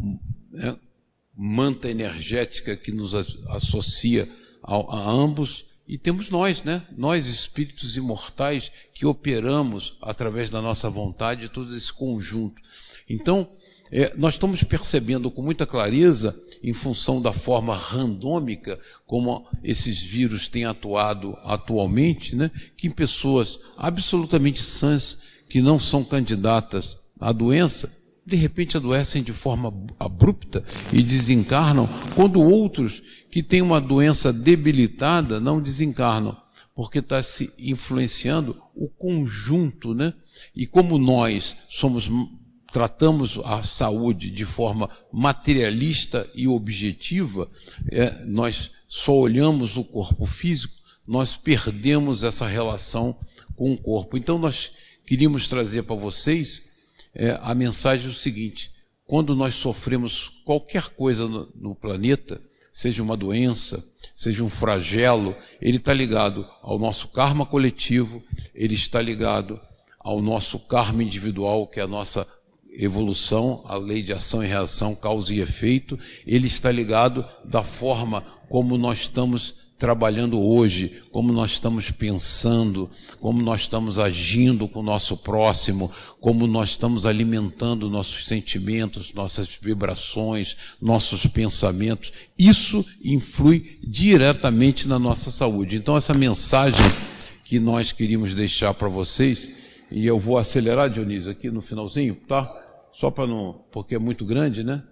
né, manta energética que nos associa a, a ambos. E temos nós, né? Nós, espíritos imortais, que operamos através da nossa vontade todo esse conjunto. Então, é, nós estamos percebendo com muita clareza, em função da forma randômica como esses vírus têm atuado atualmente, né, que pessoas absolutamente sãs, que não são candidatas à doença, de repente adoecem de forma abrupta e desencarnam, quando outros que têm uma doença debilitada não desencarnam, porque está se influenciando o conjunto, né? E como nós somos, tratamos a saúde de forma materialista e objetiva, é, nós só olhamos o corpo físico, nós perdemos essa relação com o corpo. Então nós queríamos trazer para vocês É, a mensagem é o seguinte: quando nós sofremos qualquer coisa no, no planeta, seja uma doença, seja um flagelo, ele está ligado ao nosso karma coletivo, ele está ligado ao nosso karma individual, que é a nossa evolução, a lei de ação e reação, causa e efeito, ele está ligado da forma como nós estamos trabalhando hoje, como nós estamos pensando, como nós estamos agindo com o nosso próximo, como nós estamos alimentando nossos sentimentos, nossas vibrações, nossos pensamentos. Isso influi diretamente na nossa saúde. Então, essa mensagem que nós queríamos deixar para vocês, e eu vou acelerar, Dionísio, aqui no finalzinho, tá? Só para não... porque é muito grande, né?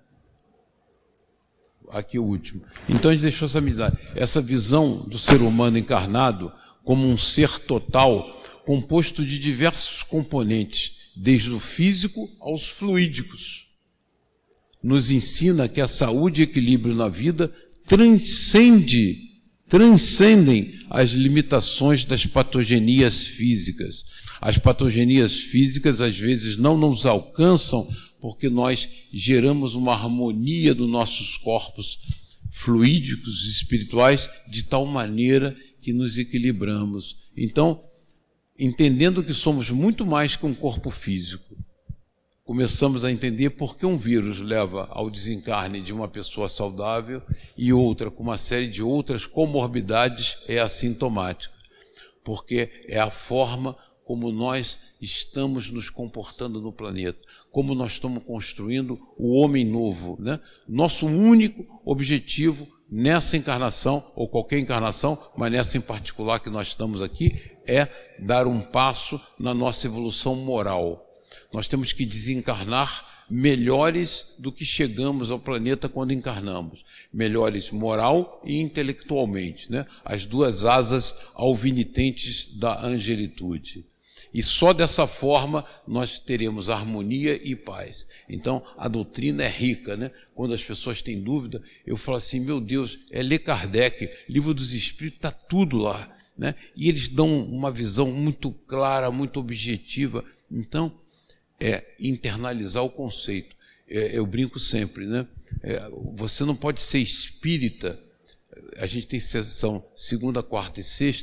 Aqui o último. Então a gente deixou essa medida, essa visão do ser humano encarnado como um ser total, composto de diversos componentes, desde o físico aos fluídicos. Nos ensina que a saúde e equilíbrio na vida transcende, transcendem as limitações das patogenias físicas. As patogenias físicas às vezes não nos alcançam porque nós geramos uma harmonia dos nossos corpos fluídicos, espirituais, de tal maneira que nos equilibramos. Então, entendendo que somos muito mais que um corpo físico, começamos a entender por que um vírus leva ao desencarne de uma pessoa saudável e outra com uma série de outras comorbidades é assintomática, porque é a forma como nós estamos nos comportando no planeta, como nós estamos construindo o homem novo, né? Nosso único objetivo nessa encarnação, ou qualquer encarnação, mas nessa em particular que nós estamos aqui, é dar um passo na nossa evolução moral. Nós temos que desencarnar melhores do que chegamos ao planeta quando encarnamos, melhores moral e intelectualmente, né? As duas asas alvinitentes da angelitude. E só dessa forma nós teremos harmonia e paz. Então, a doutrina é rica, né? Quando as pessoas têm dúvida, eu falo assim, meu Deus, é ler Kardec, Livro dos Espíritos, está tudo lá, né? E eles dão uma visão muito clara, muito objetiva. Então, é internalizar o conceito. É, eu brinco sempre, né? É, você não pode ser espírita. A gente tem sessão segunda, quarta e sexta,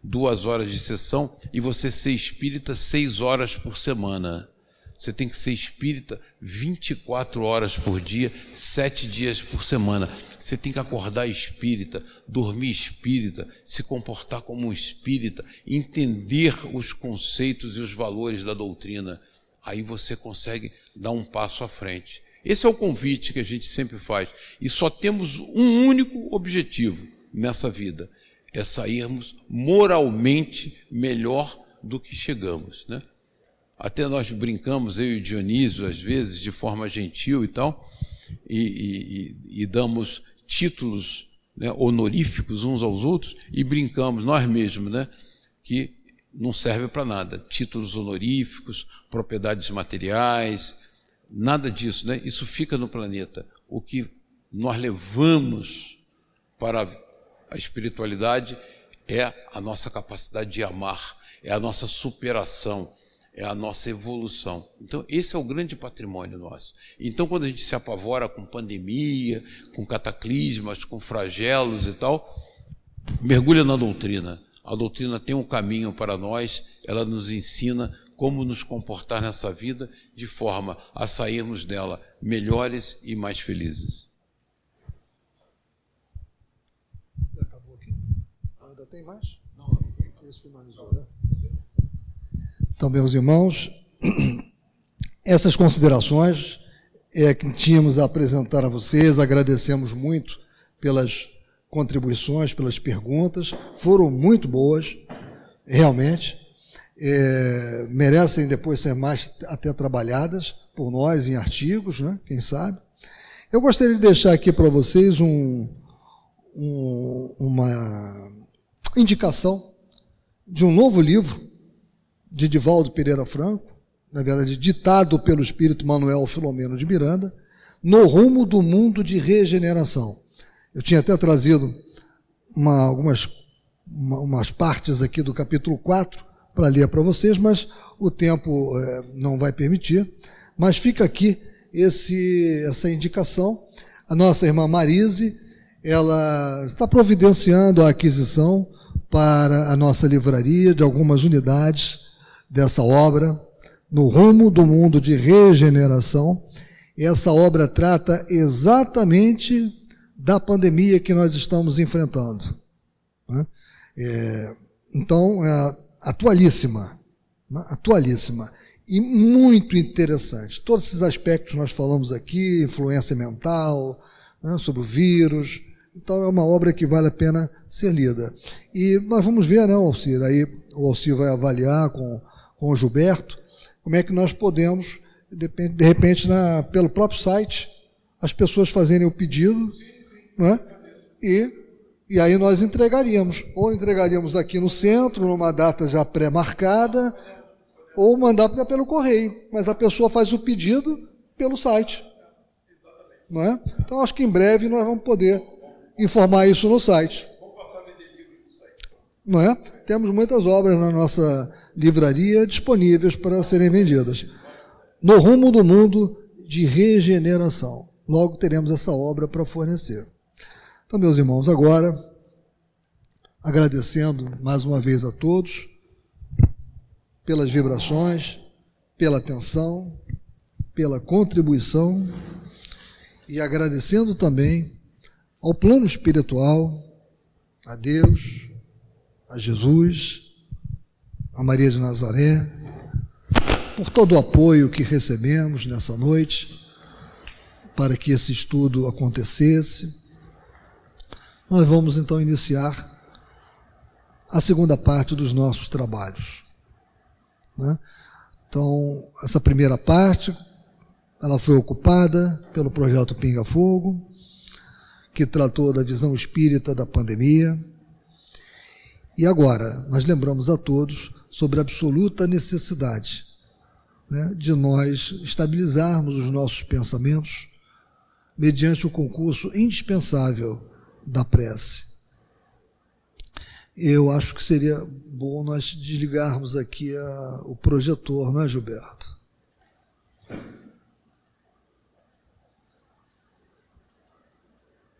duas horas de sessão e você ser espírita seis horas por semana. Você tem que ser espírita vinte e quatro horas por dia, sete dias por semana. Você tem que acordar espírita, dormir espírita, se comportar como um espírita, entender os conceitos e os valores da doutrina. Aí você consegue dar um passo à frente. Esse é o convite que a gente sempre faz. E só temos um único objetivo nessa vida, é sairmos moralmente melhor do que chegamos, né? Até nós brincamos, eu e o Dionísio, às vezes, de forma gentil e tal, e, e, e damos títulos, né, honoríficos uns aos outros, e brincamos, nós mesmos, né, que não serve para nada. Títulos honoríficos, propriedades materiais, nada disso, né? Isso fica no planeta. O que nós levamos para a espiritualidade é a nossa capacidade de amar, é a nossa superação, é a nossa evolução. Então, esse é o grande patrimônio nosso. Então, quando a gente se apavora com pandemia, com cataclismas, com flagelos e tal, mergulha na doutrina. A doutrina tem um caminho para nós, ela nos ensina como nos comportar nessa vida de forma a sairmos dela melhores e mais felizes. Acabou aqui? Ainda tem mais? Não. Isso finalizou, né? Então, meus irmãos, essas considerações é que tínhamos a apresentar a vocês. Agradecemos muito pelas contribuições, pelas perguntas, foram muito boas, realmente, é, merecem depois ser mais até trabalhadas por nós em artigos, né, quem sabe. Eu gostaria de deixar aqui para vocês um, um, uma indicação de um novo livro de Divaldo Pereira Franco, na verdade, ditado pelo espírito Manuel Filomeno de Miranda, No Rumo do Mundo de Regeneração. Eu tinha até trazido uma, algumas uma, umas partes aqui do capítulo quatro para ler para vocês, mas o tempo é, não vai permitir. Mas fica aqui esse, essa indicação. A nossa irmã Marise, ela está providenciando a aquisição para a nossa livraria de algumas unidades dessa obra, No Rumo do Mundo de Regeneração. Essa obra trata exatamente da pandemia que nós estamos enfrentando, né? É, então, é atualíssima, né? atualíssima e muito interessante. Todos esses aspectos nós falamos aqui, influência mental, né, sobre o vírus. Então, é uma obra que vale a pena ser lida. E nós vamos ver, né, Alcir? Aí o Alcir vai avaliar com, com o Gilberto como é que nós podemos, de, de repente, na, pelo próprio site, as pessoas fazerem o pedido, né? e, e aí nós entregaríamos. Ou entregaríamos aqui no centro, numa data já pré-marcada, ou mandar pelo correio. Mas a pessoa faz o pedido pelo site. Não é? Então, acho que em breve nós vamos poder informar isso no site. Não é? Temos muitas obras na nossa livraria disponíveis para serem vendidas. No Rumo do Mundo de Regeneração. Logo teremos essa obra para fornecer. Então, meus irmãos, agora, agradecendo mais uma vez a todos pelas vibrações, pela atenção, pela contribuição e agradecendo também ao plano espiritual, a Deus, a Jesus, a Maria de Nazaré, por todo o apoio que recebemos nessa noite, para que esse estudo acontecesse. Nós vamos então iniciar a segunda parte dos nossos trabalhos, né? Então, essa primeira parte, ela foi ocupada pelo projeto Pinga Fogo, que tratou da visão espírita da pandemia. E agora, nós lembramos a todos sobre a absoluta necessidade, né, de nós estabilizarmos os nossos pensamentos mediante o concurso indispensável da prece. Eu acho que seria bom nós desligarmos aqui a, o projetor, não é, Gilberto?